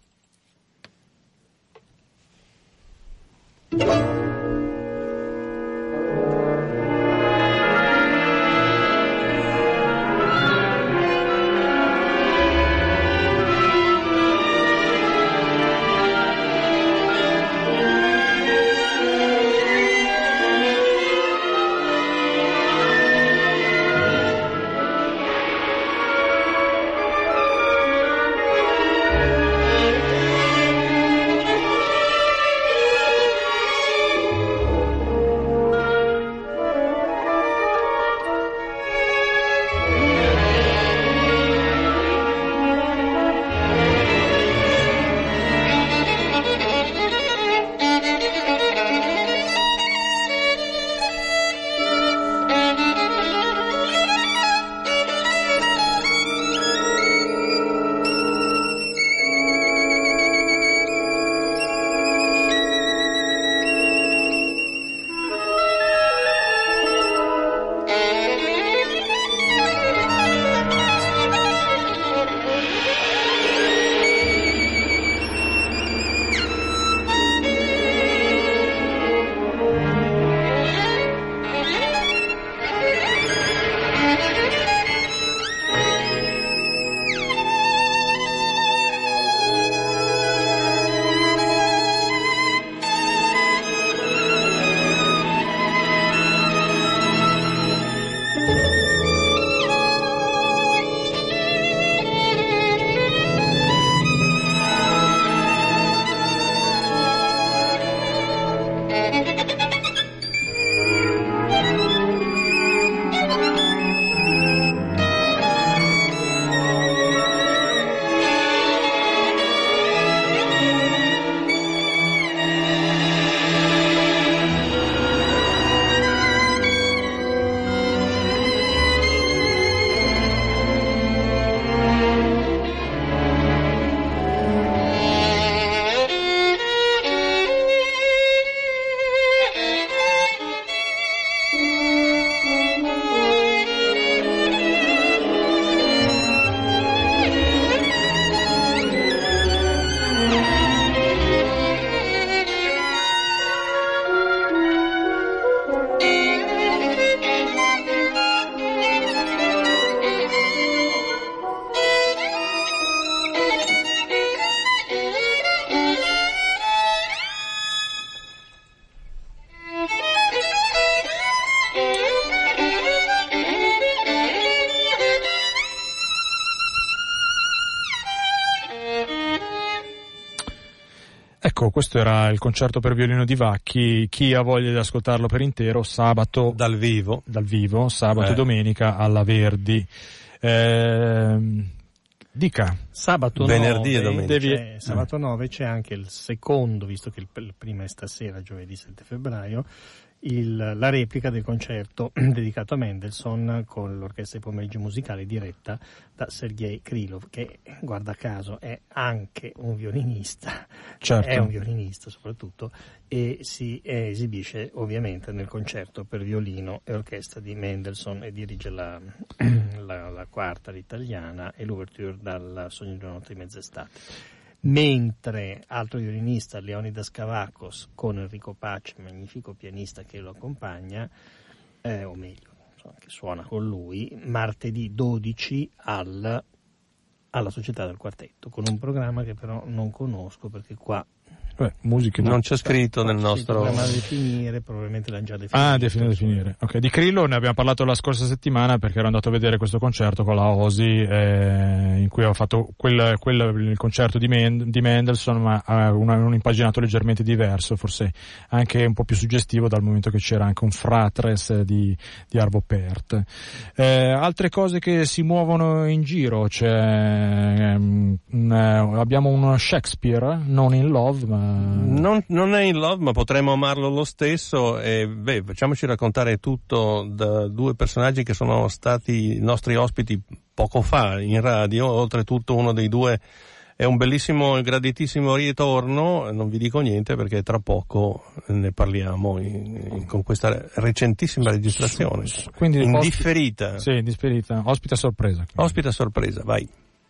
Ecco, questo era il concerto per violino di Vacchi. Chi ha voglia di ascoltarlo per intero, sabato dal vivo, dal vivo sabato eh. e domenica alla Verdi. Eh, dica. Sabato venerdì nove, e domenica. C'è, Devi... sabato nove c'è anche il secondo, visto che il, il primo è stasera, giovedì sette febbraio, il, la replica del concerto dedicato a Mendelssohn con l'orchestra di pomeriggio musicale diretta da Sergei Krylov, che guarda caso è anche un violinista, certo. è un violinista soprattutto, e si esibisce ovviamente nel concerto per violino e orchestra di Mendelssohn e dirige la, la, la quarta l'italiana e l'ouverture dal Sogno di una notte di mezz'estate. Mentre altro violinista, Leonidas Kavakos, con Enrico Pace, magnifico pianista che lo accompagna, eh, o meglio, insomma, che suona con lui, martedì dodici al, alla Società del Quartetto, con un programma che però non conosco perché qua Beh, musiche non c'è scritto nel nostro... programma da definire, probabilmente l'hanno già definito. Ah, definito, definire. Ok, di Krillo ne abbiamo parlato la scorsa settimana perché ero andato a vedere questo concerto con la Osi eh, in cui ho fatto quel, quel il concerto di, Men, di Mendelssohn, ma eh, un, un impaginato leggermente diverso, forse anche un po' più suggestivo dal momento che c'era anche un fratres di, di Arvo Pärt. Eh, altre cose che si muovono in giro, c'è um, un, abbiamo uno Shakespeare, non in love, ma Non, non è in love, ma potremmo amarlo lo stesso. E beh, facciamoci raccontare tutto da due personaggi che sono stati i nostri ospiti poco fa in radio. Oltretutto uno dei due è un bellissimo e graditissimo ritorno. Non vi dico niente perché tra poco ne parliamo in, in, con questa recentissima registrazione. Quindi indifferita. Sì, indifferita. Ospite a sorpresa. Quindi. Ospite a sorpresa, vai.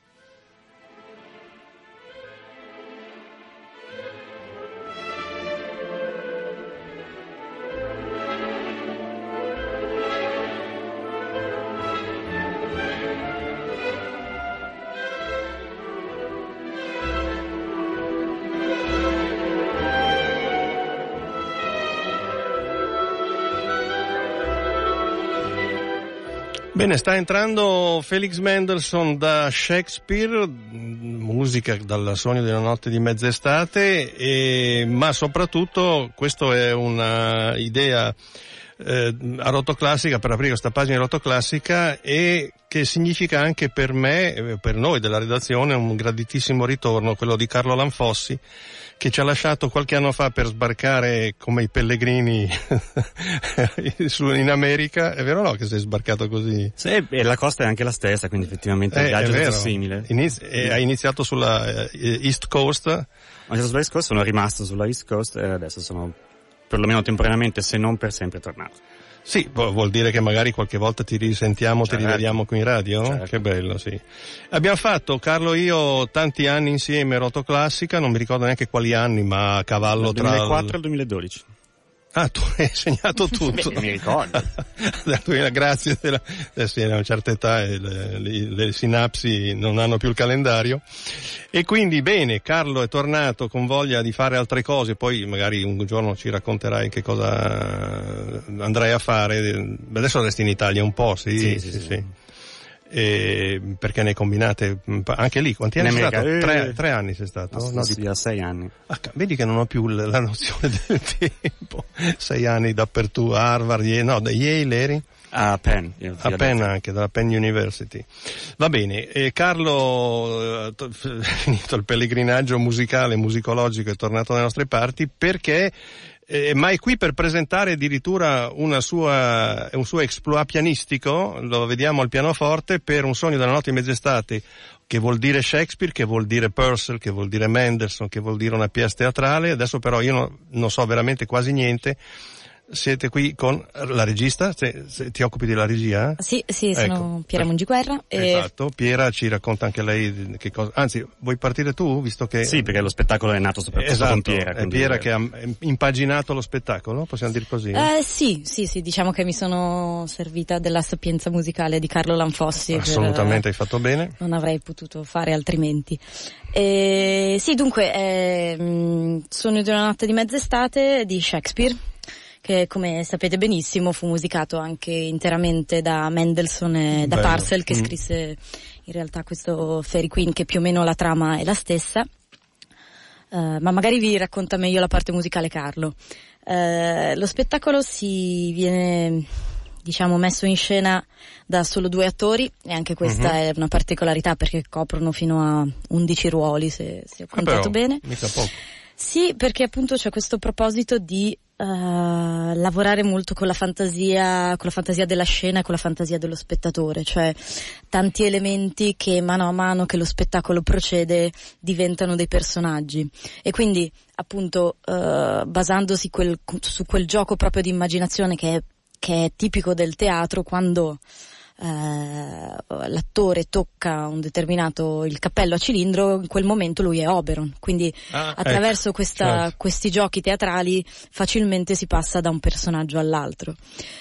Bene, sta entrando Felix Mendelssohn da Shakespeare, musica dal Sogno di una notte di mezz'estate, e, ma soprattutto questo è una idea eh, a Rotoclassica, per aprire questa pagina di Rotoclassica, e che significa anche per me, per noi della redazione, un graditissimo ritorno, quello di Carlo Lanfossi, che ci ha lasciato qualche anno fa per sbarcare come i pellegrini in America. È vero, no, che sei sbarcato così? Sì, e la costa è anche la stessa, quindi effettivamente eh, il viaggio è, è stato simile. Inizi- e hai iniziato sulla eh, East Coast? Ho iniziato sulla East Coast, sono rimasto sulla East Coast e adesso sono perlomeno temporaneamente, se non per sempre, tornato. Sì, vuol dire che magari qualche volta ti risentiamo, certo. Ti rivediamo qui in radio? Certo. Che bello, sì. Abbiamo fatto, Carlo e io, tanti anni insieme Rotoclassica, non mi ricordo neanche quali anni, ma a cavallo tra... dal duemilaquattro al duemiladodici. Ah, tu hai segnato tutto. Beh, mi ricordo. Grazie, della... adesso a una certa età e le, le, le sinapsi non hanno più il calendario. E quindi bene, Carlo è tornato con voglia di fare altre cose, poi magari un giorno ci racconterai che cosa andrai a fare. Adesso resti in Italia un po', sì, sì, sì, sì. sì. sì. E perché ne combinate anche lì? Quanti anni sei stato? Eh, tre, tre anni sei stato? No, no, sì, a sei anni. Ah, vedi che non ho più la nozione del tempo. Sei anni dappertutto, Harvard, Yale, no, da Yale eri? A Penn. A Penn anche, dalla Penn University. Va bene, e Carlo, eh, to, finito il pellegrinaggio musicale, musicologico, è tornato dalle nostre parti perché Eh, ma è qui per presentare addirittura una sua, un suo exploit pianistico, lo vediamo al pianoforte, per Un sogno della notte di mezz'estate, che vuol dire Shakespeare, che vuol dire Purcell, che vuol dire Mendelssohn, che vuol dire una pièce teatrale. Adesso però io no, non so veramente quasi niente. Siete qui con la regista, se, se ti occupi della regia? Sì, sì, sono ecco. Piera Mungiguerra. E... Esatto, Piera ci racconta anche lei che cosa, anzi, vuoi partire tu, visto che... Sì, perché lo spettacolo è nato soprattutto esatto, con Piera. È Piera che ha impaginato lo spettacolo, possiamo dire così? Eh, sì, sì, sì, diciamo che mi sono servita della sapienza musicale di Carlo Lanfossi. Assolutamente, per... hai fatto bene. Non avrei potuto fare altrimenti. E... Sì, dunque, eh, Sogno di una notte di mezz'estate di Shakespeare, che come sapete benissimo fu musicato anche interamente da Mendelssohn e da Bello. Purcell, che mm. scrisse in realtà questo Fairy Queen, che più o meno la trama è la stessa. uh, ma magari vi racconta meglio la parte musicale Carlo. Uh, lo spettacolo si viene, diciamo, messo in scena da solo due attori, e anche questa uh-huh. è una particolarità, perché coprono fino a undici ruoli, se, se ho contato ah, però, bene. Mica poco. Sì, perché appunto c'è questo proposito di uh, lavorare molto con la fantasia, con la fantasia della scena e con la fantasia dello spettatore, cioè tanti elementi che mano a mano che lo spettacolo procede diventano dei personaggi, e quindi appunto uh, basandosi quel, su quel gioco proprio di immaginazione che è, che è tipico del teatro, quando Uh, l'attore tocca un determinato il cappello a cilindro, in quel momento lui è Oberon, quindi ah, attraverso ecco, questa, certo. questi giochi teatrali facilmente si passa da un personaggio all'altro.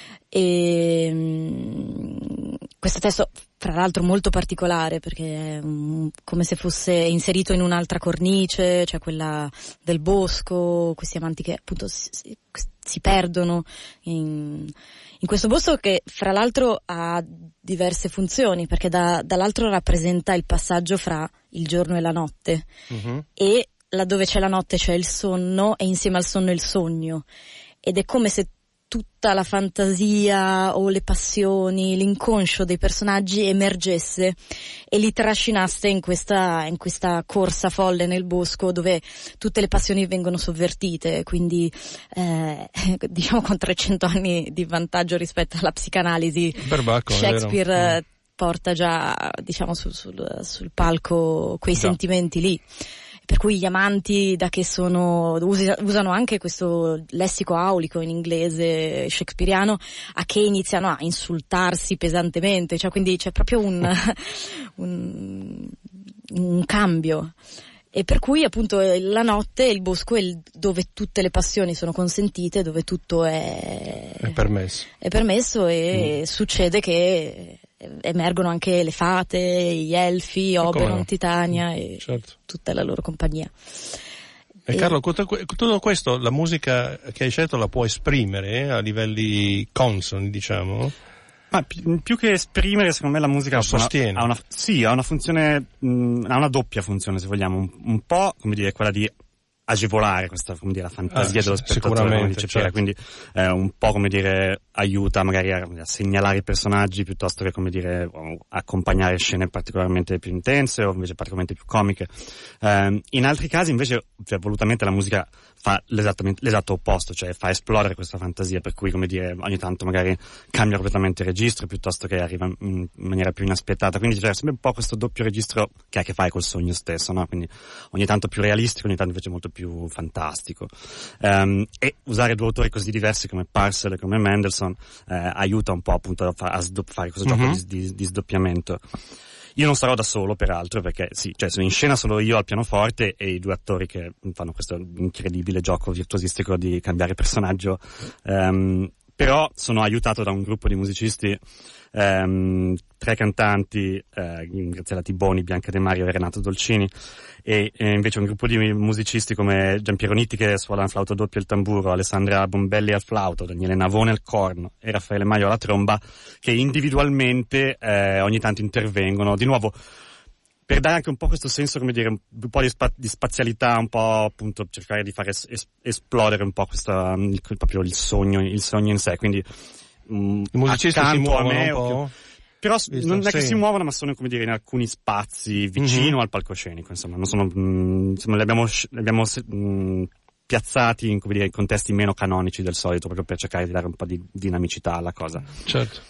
E um, questo testo, fra l'altro, molto particolare, perché è um, come se fosse inserito in un'altra cornice, cioè quella del bosco, questi amanti che appunto si, si, si perdono in In questo bosco, che fra l'altro ha diverse funzioni, perché da, dall'altro rappresenta il passaggio fra il giorno e la notte, uh-huh. e laddove c'è la notte c'è il sonno, e insieme al sonno il sogno, ed è come se tutta la fantasia o le passioni, l'inconscio dei personaggi emergesse e li trascinasse in questa, in questa corsa folle nel bosco, dove tutte le passioni vengono sovvertite, quindi eh, diciamo con trecento anni di vantaggio rispetto alla psicanalisi. Perbacco, Shakespeare porta già, diciamo, sul, sul, sul palco quei Già. sentimenti lì. Per cui gli amanti, da che sono, usano anche questo lessico aulico in inglese shakespeariano, a che iniziano a insultarsi pesantemente, cioè quindi c'è proprio un, un, un cambio. E per cui appunto la notte, il bosco è il, dove tutte le passioni sono consentite, dove tutto è, è permesso. È permesso e mm. succede che emergono anche le fate, gli elfi, Oberon, no? Titania e certo. tutta la loro compagnia. E, e Carlo, tutto questo, la musica che hai scelto la può esprimere eh, a livelli consoni, diciamo? Ma più, più che esprimere, secondo me la musica ha una, ha una, sì, ha una funzione, mh, ha una doppia funzione, se vogliamo, un, un po', come dire, quella di agevolare questa, come dire, la fantasia ah, dello spettatore, come dice Piera, certo. quindi eh, un po', come dire, aiuta magari a, a segnalare i personaggi piuttosto che, come dire, accompagnare scene particolarmente più intense o invece particolarmente più comiche. Eh, in altri casi invece, cioè, volutamente la musica fa l'esattamente, l'esatto opposto, cioè fa esplodere questa fantasia, per cui, come dire, ogni tanto magari cambia completamente il registro piuttosto che arriva in maniera più inaspettata, quindi c'è sempre un po' questo doppio registro che ha a che fare col sogno stesso, no? Quindi ogni tanto più realistico, ogni tanto invece molto più più fantastico, um, e usare due autori così diversi come Purcell e come Mendelssohn eh, aiuta un po' appunto a, fa- a sdo- fare questo mm-hmm. gioco di, di, di sdoppiamento. Io non sarò da solo, peraltro, perché sì, cioè sono in scena solo io al pianoforte e i due attori che fanno questo incredibile gioco virtuosistico di cambiare personaggio, um, però sono aiutato da un gruppo di musicisti, um, tre cantanti, eh, Graziella Tiboni, Bianca De Mario e Renato Dolcini, e, e invece un gruppo di musicisti come Giampiero Nitti che suona il flauto doppio e il tamburo, Alessandra Bombelli al flauto, Daniele Navone al corno e Raffaele Maio alla tromba, che individualmente eh, ogni tanto intervengono, di nuovo per dare anche un po' questo senso, come dire, un po' di, spa- di spazialità, un po' appunto cercare di fare es- es- esplodere un po' questa, il, proprio il sogno, il sogno in sé, quindi um, i musicisti si muovono me, un po'? Però Visto, non è che sì. si muovono, ma sono, come dire, in alcuni spazi vicino mm-hmm. al palcoscenico, insomma, non sono, mh, insomma, li abbiamo, li abbiamo mh, piazzati in, come dire, in contesti meno canonici del solito, proprio per cercare di dare un po' di dinamicità alla cosa. Certo.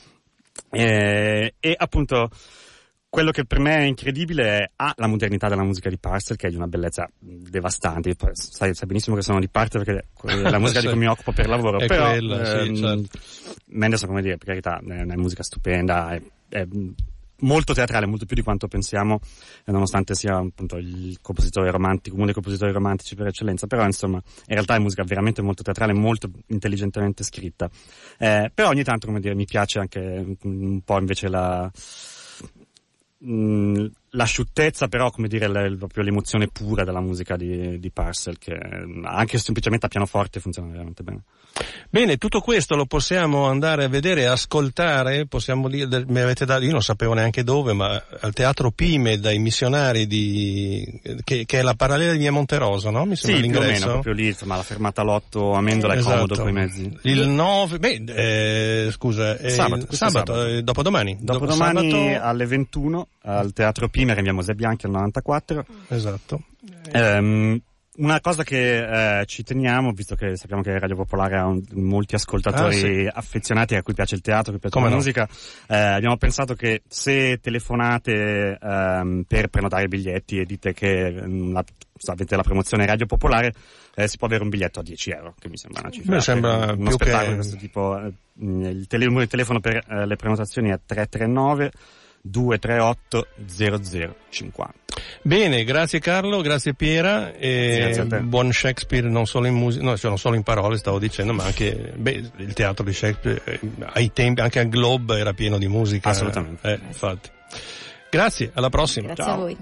E, e appunto, quello che per me è incredibile è A, la modernità della musica di Purcell, che è di una bellezza devastante. Sai, sai benissimo che sono di parte perché è la musica sì. di cui mi occupo per lavoro, è però quella, ehm, sì, certo. Mendelssohn, come dire, per carità, è una musica stupenda, è, è molto teatrale, molto più di quanto pensiamo, nonostante sia appunto il compositore romantico, uno dei compositori romantici per eccellenza, però insomma in realtà è musica veramente molto teatrale, molto intelligentemente scritta. Eh, però ogni tanto, come dire, mi piace anche un po' invece la l'asciuttezza, però, come dire, le, proprio l'emozione pura della musica di, di Parcel, che anche semplicemente a pianoforte funziona veramente bene. Bene, tutto questo lo possiamo andare a vedere e ascoltare, possiamo dire, mi avete dato, io non sapevo neanche dove, ma al Teatro Pime dai missionari di, che, che è la parallela di via Monterosa, no? Mi sembra sì, l'ingresso. Più o meno, proprio lì, insomma, la fermata l'otto Amendola esatto. è comodo coi mezzi. Il nove, beh, eh, scusa, eh, sabato, sabato, sabato. Eh, dopodomani. Dopodomani sabato... alle ventuno al Teatro Pime, che abbiamo Mosè Bianchi al novantaquattro. Esatto. Um, Una cosa che eh, ci teniamo, visto che sappiamo che Radio Popolare ha un, molti ascoltatori ah, sì. affezionati a cui piace il teatro, a cui piace Come la no? musica, eh, abbiamo pensato che se telefonate ehm, per prenotare i biglietti e dite che mh, la, avete la promozione Radio Popolare, eh, si può avere un biglietto a dieci euro, che mi sembra una cifra. Mi sembra uno più spettacolo che... di questo tipo. Eh, il, tele, il telefono per eh, le prenotazioni è tre tre nove due tre otto zero zero cinquanta. Bene, grazie Carlo, grazie Piera, e grazie buon Shakespeare non solo in musica, no, cioè non solo in parole stavo dicendo, ma anche beh, il teatro di Shakespeare eh, ai tempi, anche al Globe era pieno di musica. Assolutamente. Eh, infatti. Grazie, alla prossima. Grazie Ciao. a voi.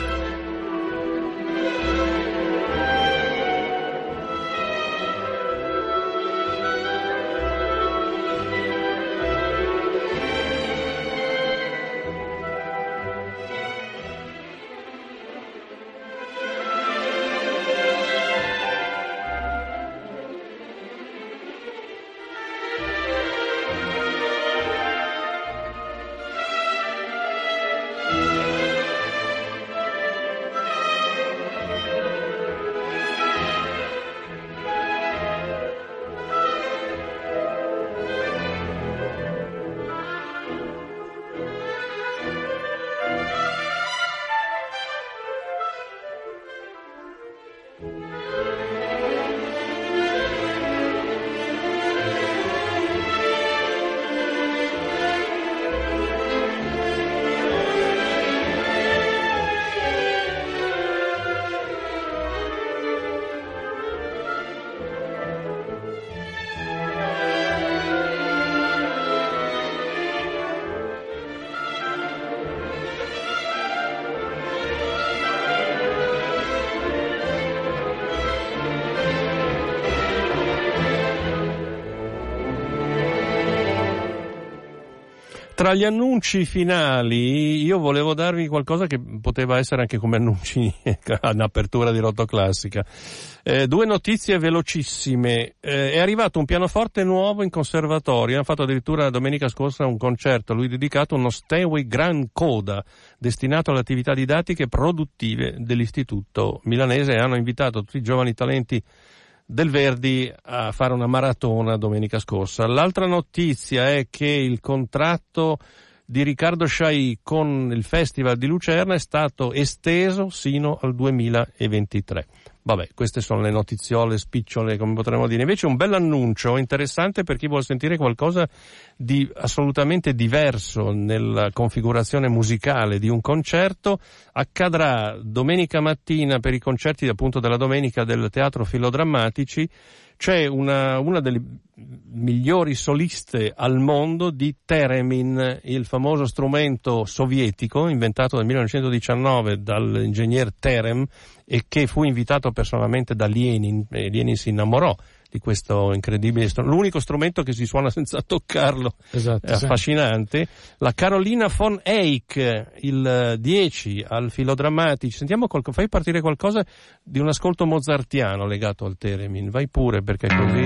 Tra gli annunci finali io volevo darvi qualcosa che poteva essere anche come annunci in apertura di Rotto Classica. Eh, due notizie velocissime. Eh, è arrivato un pianoforte nuovo in conservatorio, hanno fatto addirittura domenica scorsa un concerto a lui dedicato, uno Steinway Grand Coda, destinato alle attività didattiche produttive dell'istituto milanese, e hanno invitato tutti i giovani talenti del Verdi a fare una maratona domenica scorsa. L'altra notizia è che il contratto di Riccardo Chailly con il Festival di Lucerna è stato esteso sino al duemilaventitré. Vabbè, queste sono le notiziole spicciole, come potremmo dire. Invece un bell'annuncio interessante per chi vuole sentire qualcosa di assolutamente diverso nella configurazione musicale di un concerto. Accadrà domenica mattina per i concerti appunto della domenica del Teatro Filodrammatici. C'è una, una delle migliori soliste al mondo di Theremin, il famoso strumento sovietico inventato nel millenovecentodiciannove dall'ingegner Terem e che fu invitato personalmente da Lenin, e Lenin si innamorò di questo incredibile strumento, l'unico strumento che si suona senza toccarlo, esatto, è affascinante. Sì. La Carolina von Eyck, il dieci al Filodrammatici. Sentiamo qualcosa, fai partire qualcosa di un ascolto mozartiano legato al Theremin, vai pure, perché così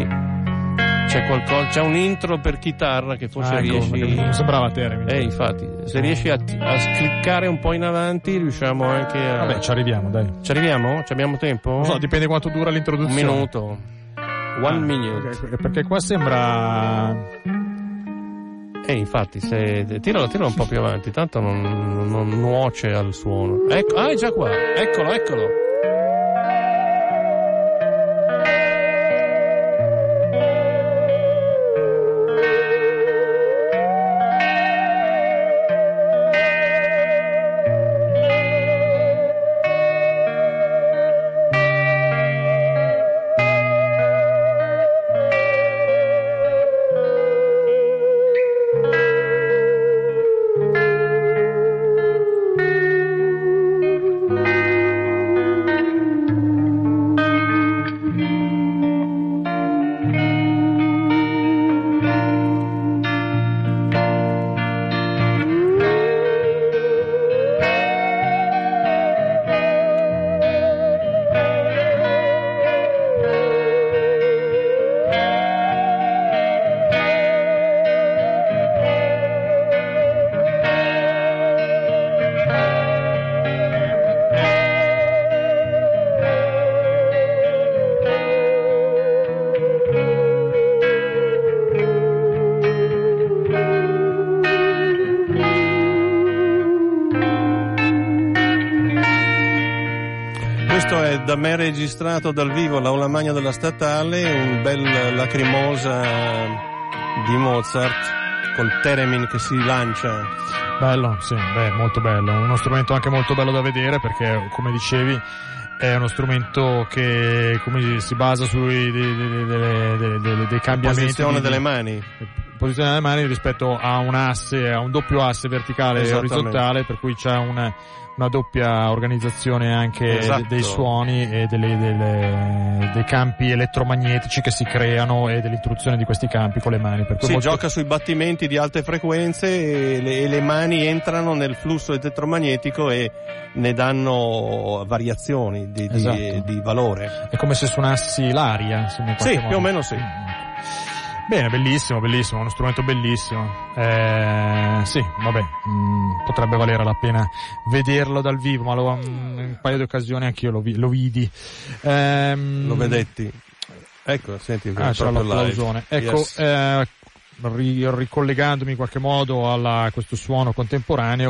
c'è qualcosa, c'è un intro per chitarra che forse ah, ecco, riesci, sembrava Theremin. Eh, infatti, se riesci a, a cliccare un po' in avanti riusciamo anche a... Vabbè, ci arriviamo, dai. Ci arriviamo? Ci abbiamo tempo? No, dipende quanto dura l'introduzione. Un minuto. One ah, minute. Okay, perché qua sembra... Eh, infatti, se tiralo, tiralo un po' più avanti, tanto non, non nuoce al suono. Ecco, ah, è già qua. Eccolo, eccolo. da me registrato dal vivo all'Aula Magna della Statale, un bel Lacrimosa di Mozart col theremin che si lancia. Bello, sì, beh, molto bello, uno strumento anche molto bello da vedere perché, come dicevi, è uno strumento che come si basa sui dei, dei, dei, dei, dei cambiamenti. Posizione di, delle mani. Posizione delle mani rispetto a un asse, a un doppio asse verticale e orizzontale, per cui c'è una, una doppia organizzazione anche esatto. dei suoni e delle, delle, dei campi elettromagnetici che si creano e dell'introduzione di questi campi con le mani. Per cui si molto... gioca sui battimenti di alte frequenze e le, e le mani entrano nel flusso elettromagnetico e ne danno variazioni di, di, esatto. di valore. È come se suonassi l'aria. Sì, modo. più o meno sì. Bene, bellissimo, bellissimo, uno strumento bellissimo. Eh, sì, vabbè, mh, potrebbe valere la pena vederlo dal vivo, ma lo, mh, in un paio di occasioni anch'io lo, vi, lo vidi. Ehm, lo vedetti. Ecco, senti, ah, c'era l'applausone. Ecco, yes. eh, ri, ricollegandomi in qualche modo alla, a questo suono contemporaneo,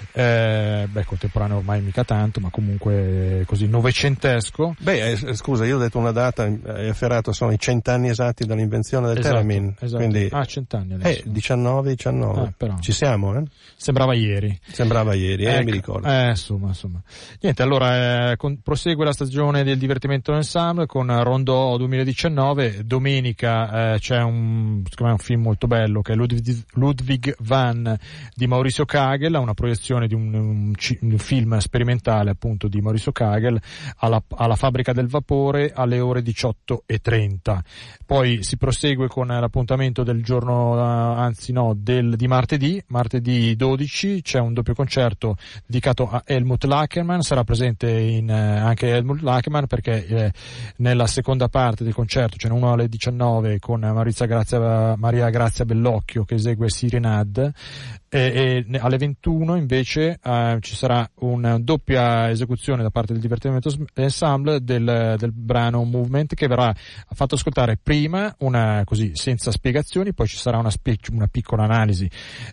eh, beh, contemporaneo ormai mica tanto, ma comunque così novecentesco. Beh, eh, scusa, io ho detto una data, hai afferrato, sono i cent'anni esatti dall'invenzione del esatto, theremin. Esatto. Quindi, ah, cent'anni adesso. Eh, diciannove, diciannove. Ah, però. Ci siamo, eh? Sembrava ieri. Sembrava ieri, eh, ecco, mi ricordo. Eh, insomma, insomma. Niente, allora, eh, con, prosegue la stagione del divertimento ensemble con Rondò duemiladiciannove. Domenica eh, c'è un, secondo me, un film molto bello che è Ludwig, Ludwig van di Maurizio Kagel, una proiezione di un, un, un film sperimentale appunto di Maurizio Kagel alla, alla Fabbrica del Vapore alle ore diciotto e trenta. Poi si prosegue con l'appuntamento del giorno, anzi no, del, di martedì, martedì dodici c'è un doppio concerto dedicato a Helmut Lackermann, sarà presente in, eh, anche Helmut Lackermann perché eh, nella seconda parte del concerto c'è uno alle diciannove con Marizia Grazia, Maria Grazia Bellocchio che esegue Sirenad e, e alle ventuno invece eh, ci sarà una doppia esecuzione da parte del divertimento ensemble del, del brano Movement che verrà fatto ascoltare prima una così senza spiegazioni, poi ci sarà una, spie- una piccola analisi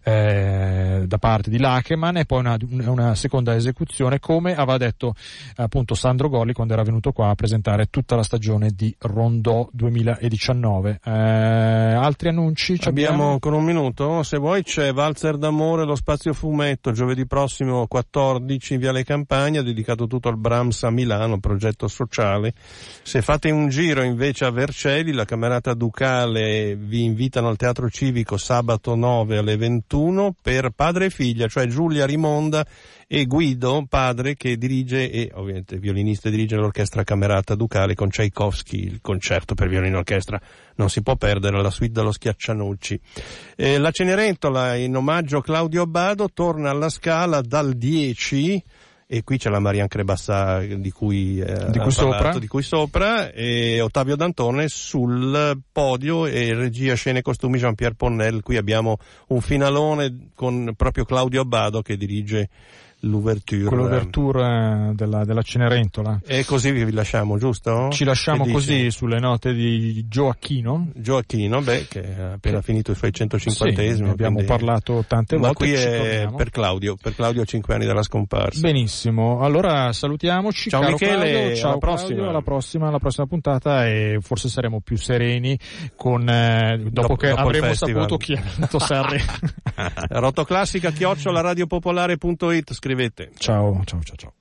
eh, da parte di Lackermann e poi una, una seconda esecuzione come aveva detto appunto Sandro Golli quando era venuto qua a presentare tutta la stagione di Rondò duemiladiciannove. Eh, altri annunci? Abbiamo abbiamo ancora un minuto, se vuoi. C'è Valzer d'Amore, lo spazio fumetto, giovedì prossimo quattordici in Viale Campagna, dedicato tutto al Brahms a Milano, progetto sociale. Se fate un giro invece a Vercelli, la Camerata Ducale vi invitano al Teatro Civico sabato nove alle ventuno per padre e figlia, cioè Giulia Rimonda e Guido, padre, che dirige e ovviamente violinista e dirige l'orchestra Camerata Ducale con Tchaikovsky, il concerto per violino e orchestra. Non si può perdere la suite dello Schiaccianucci. Eh, la Cenerentola in omaggio a Claudio Abbado torna alla Scala dal dieci e qui c'è la Marianne Crebassa di cui, eh, di cui sopra, di cui sopra e Ottavio D'Antone sul podio e regia scene e costumi Jean-Pierre Ponnel. Qui abbiamo un finalone con proprio Claudio Abbado che dirige l'ouverture. L'ouverture della, della Cenerentola. E così vi lasciamo, giusto? Ci lasciamo così sulle note di Gioacchino. Gioacchino, beh, che ha appena che... finito i suoi centocinquantesimi. Sì, abbiamo quindi... parlato tante Ma volte. Ma qui è per Claudio, per Claudio a cinque anni dalla scomparsa. Benissimo, allora salutiamoci. Ciao caro Michele, Claudio, ciao alla Claudio, prossima. alla prossima, alla prossima puntata e forse saremo più sereni con eh, dopo, dopo che dopo avremo saputo chi ha vinto Sanremo. Rotoclassica chiocciola radiopopolare punto it, scrivete. Ciao, ciao, ciao, ciao.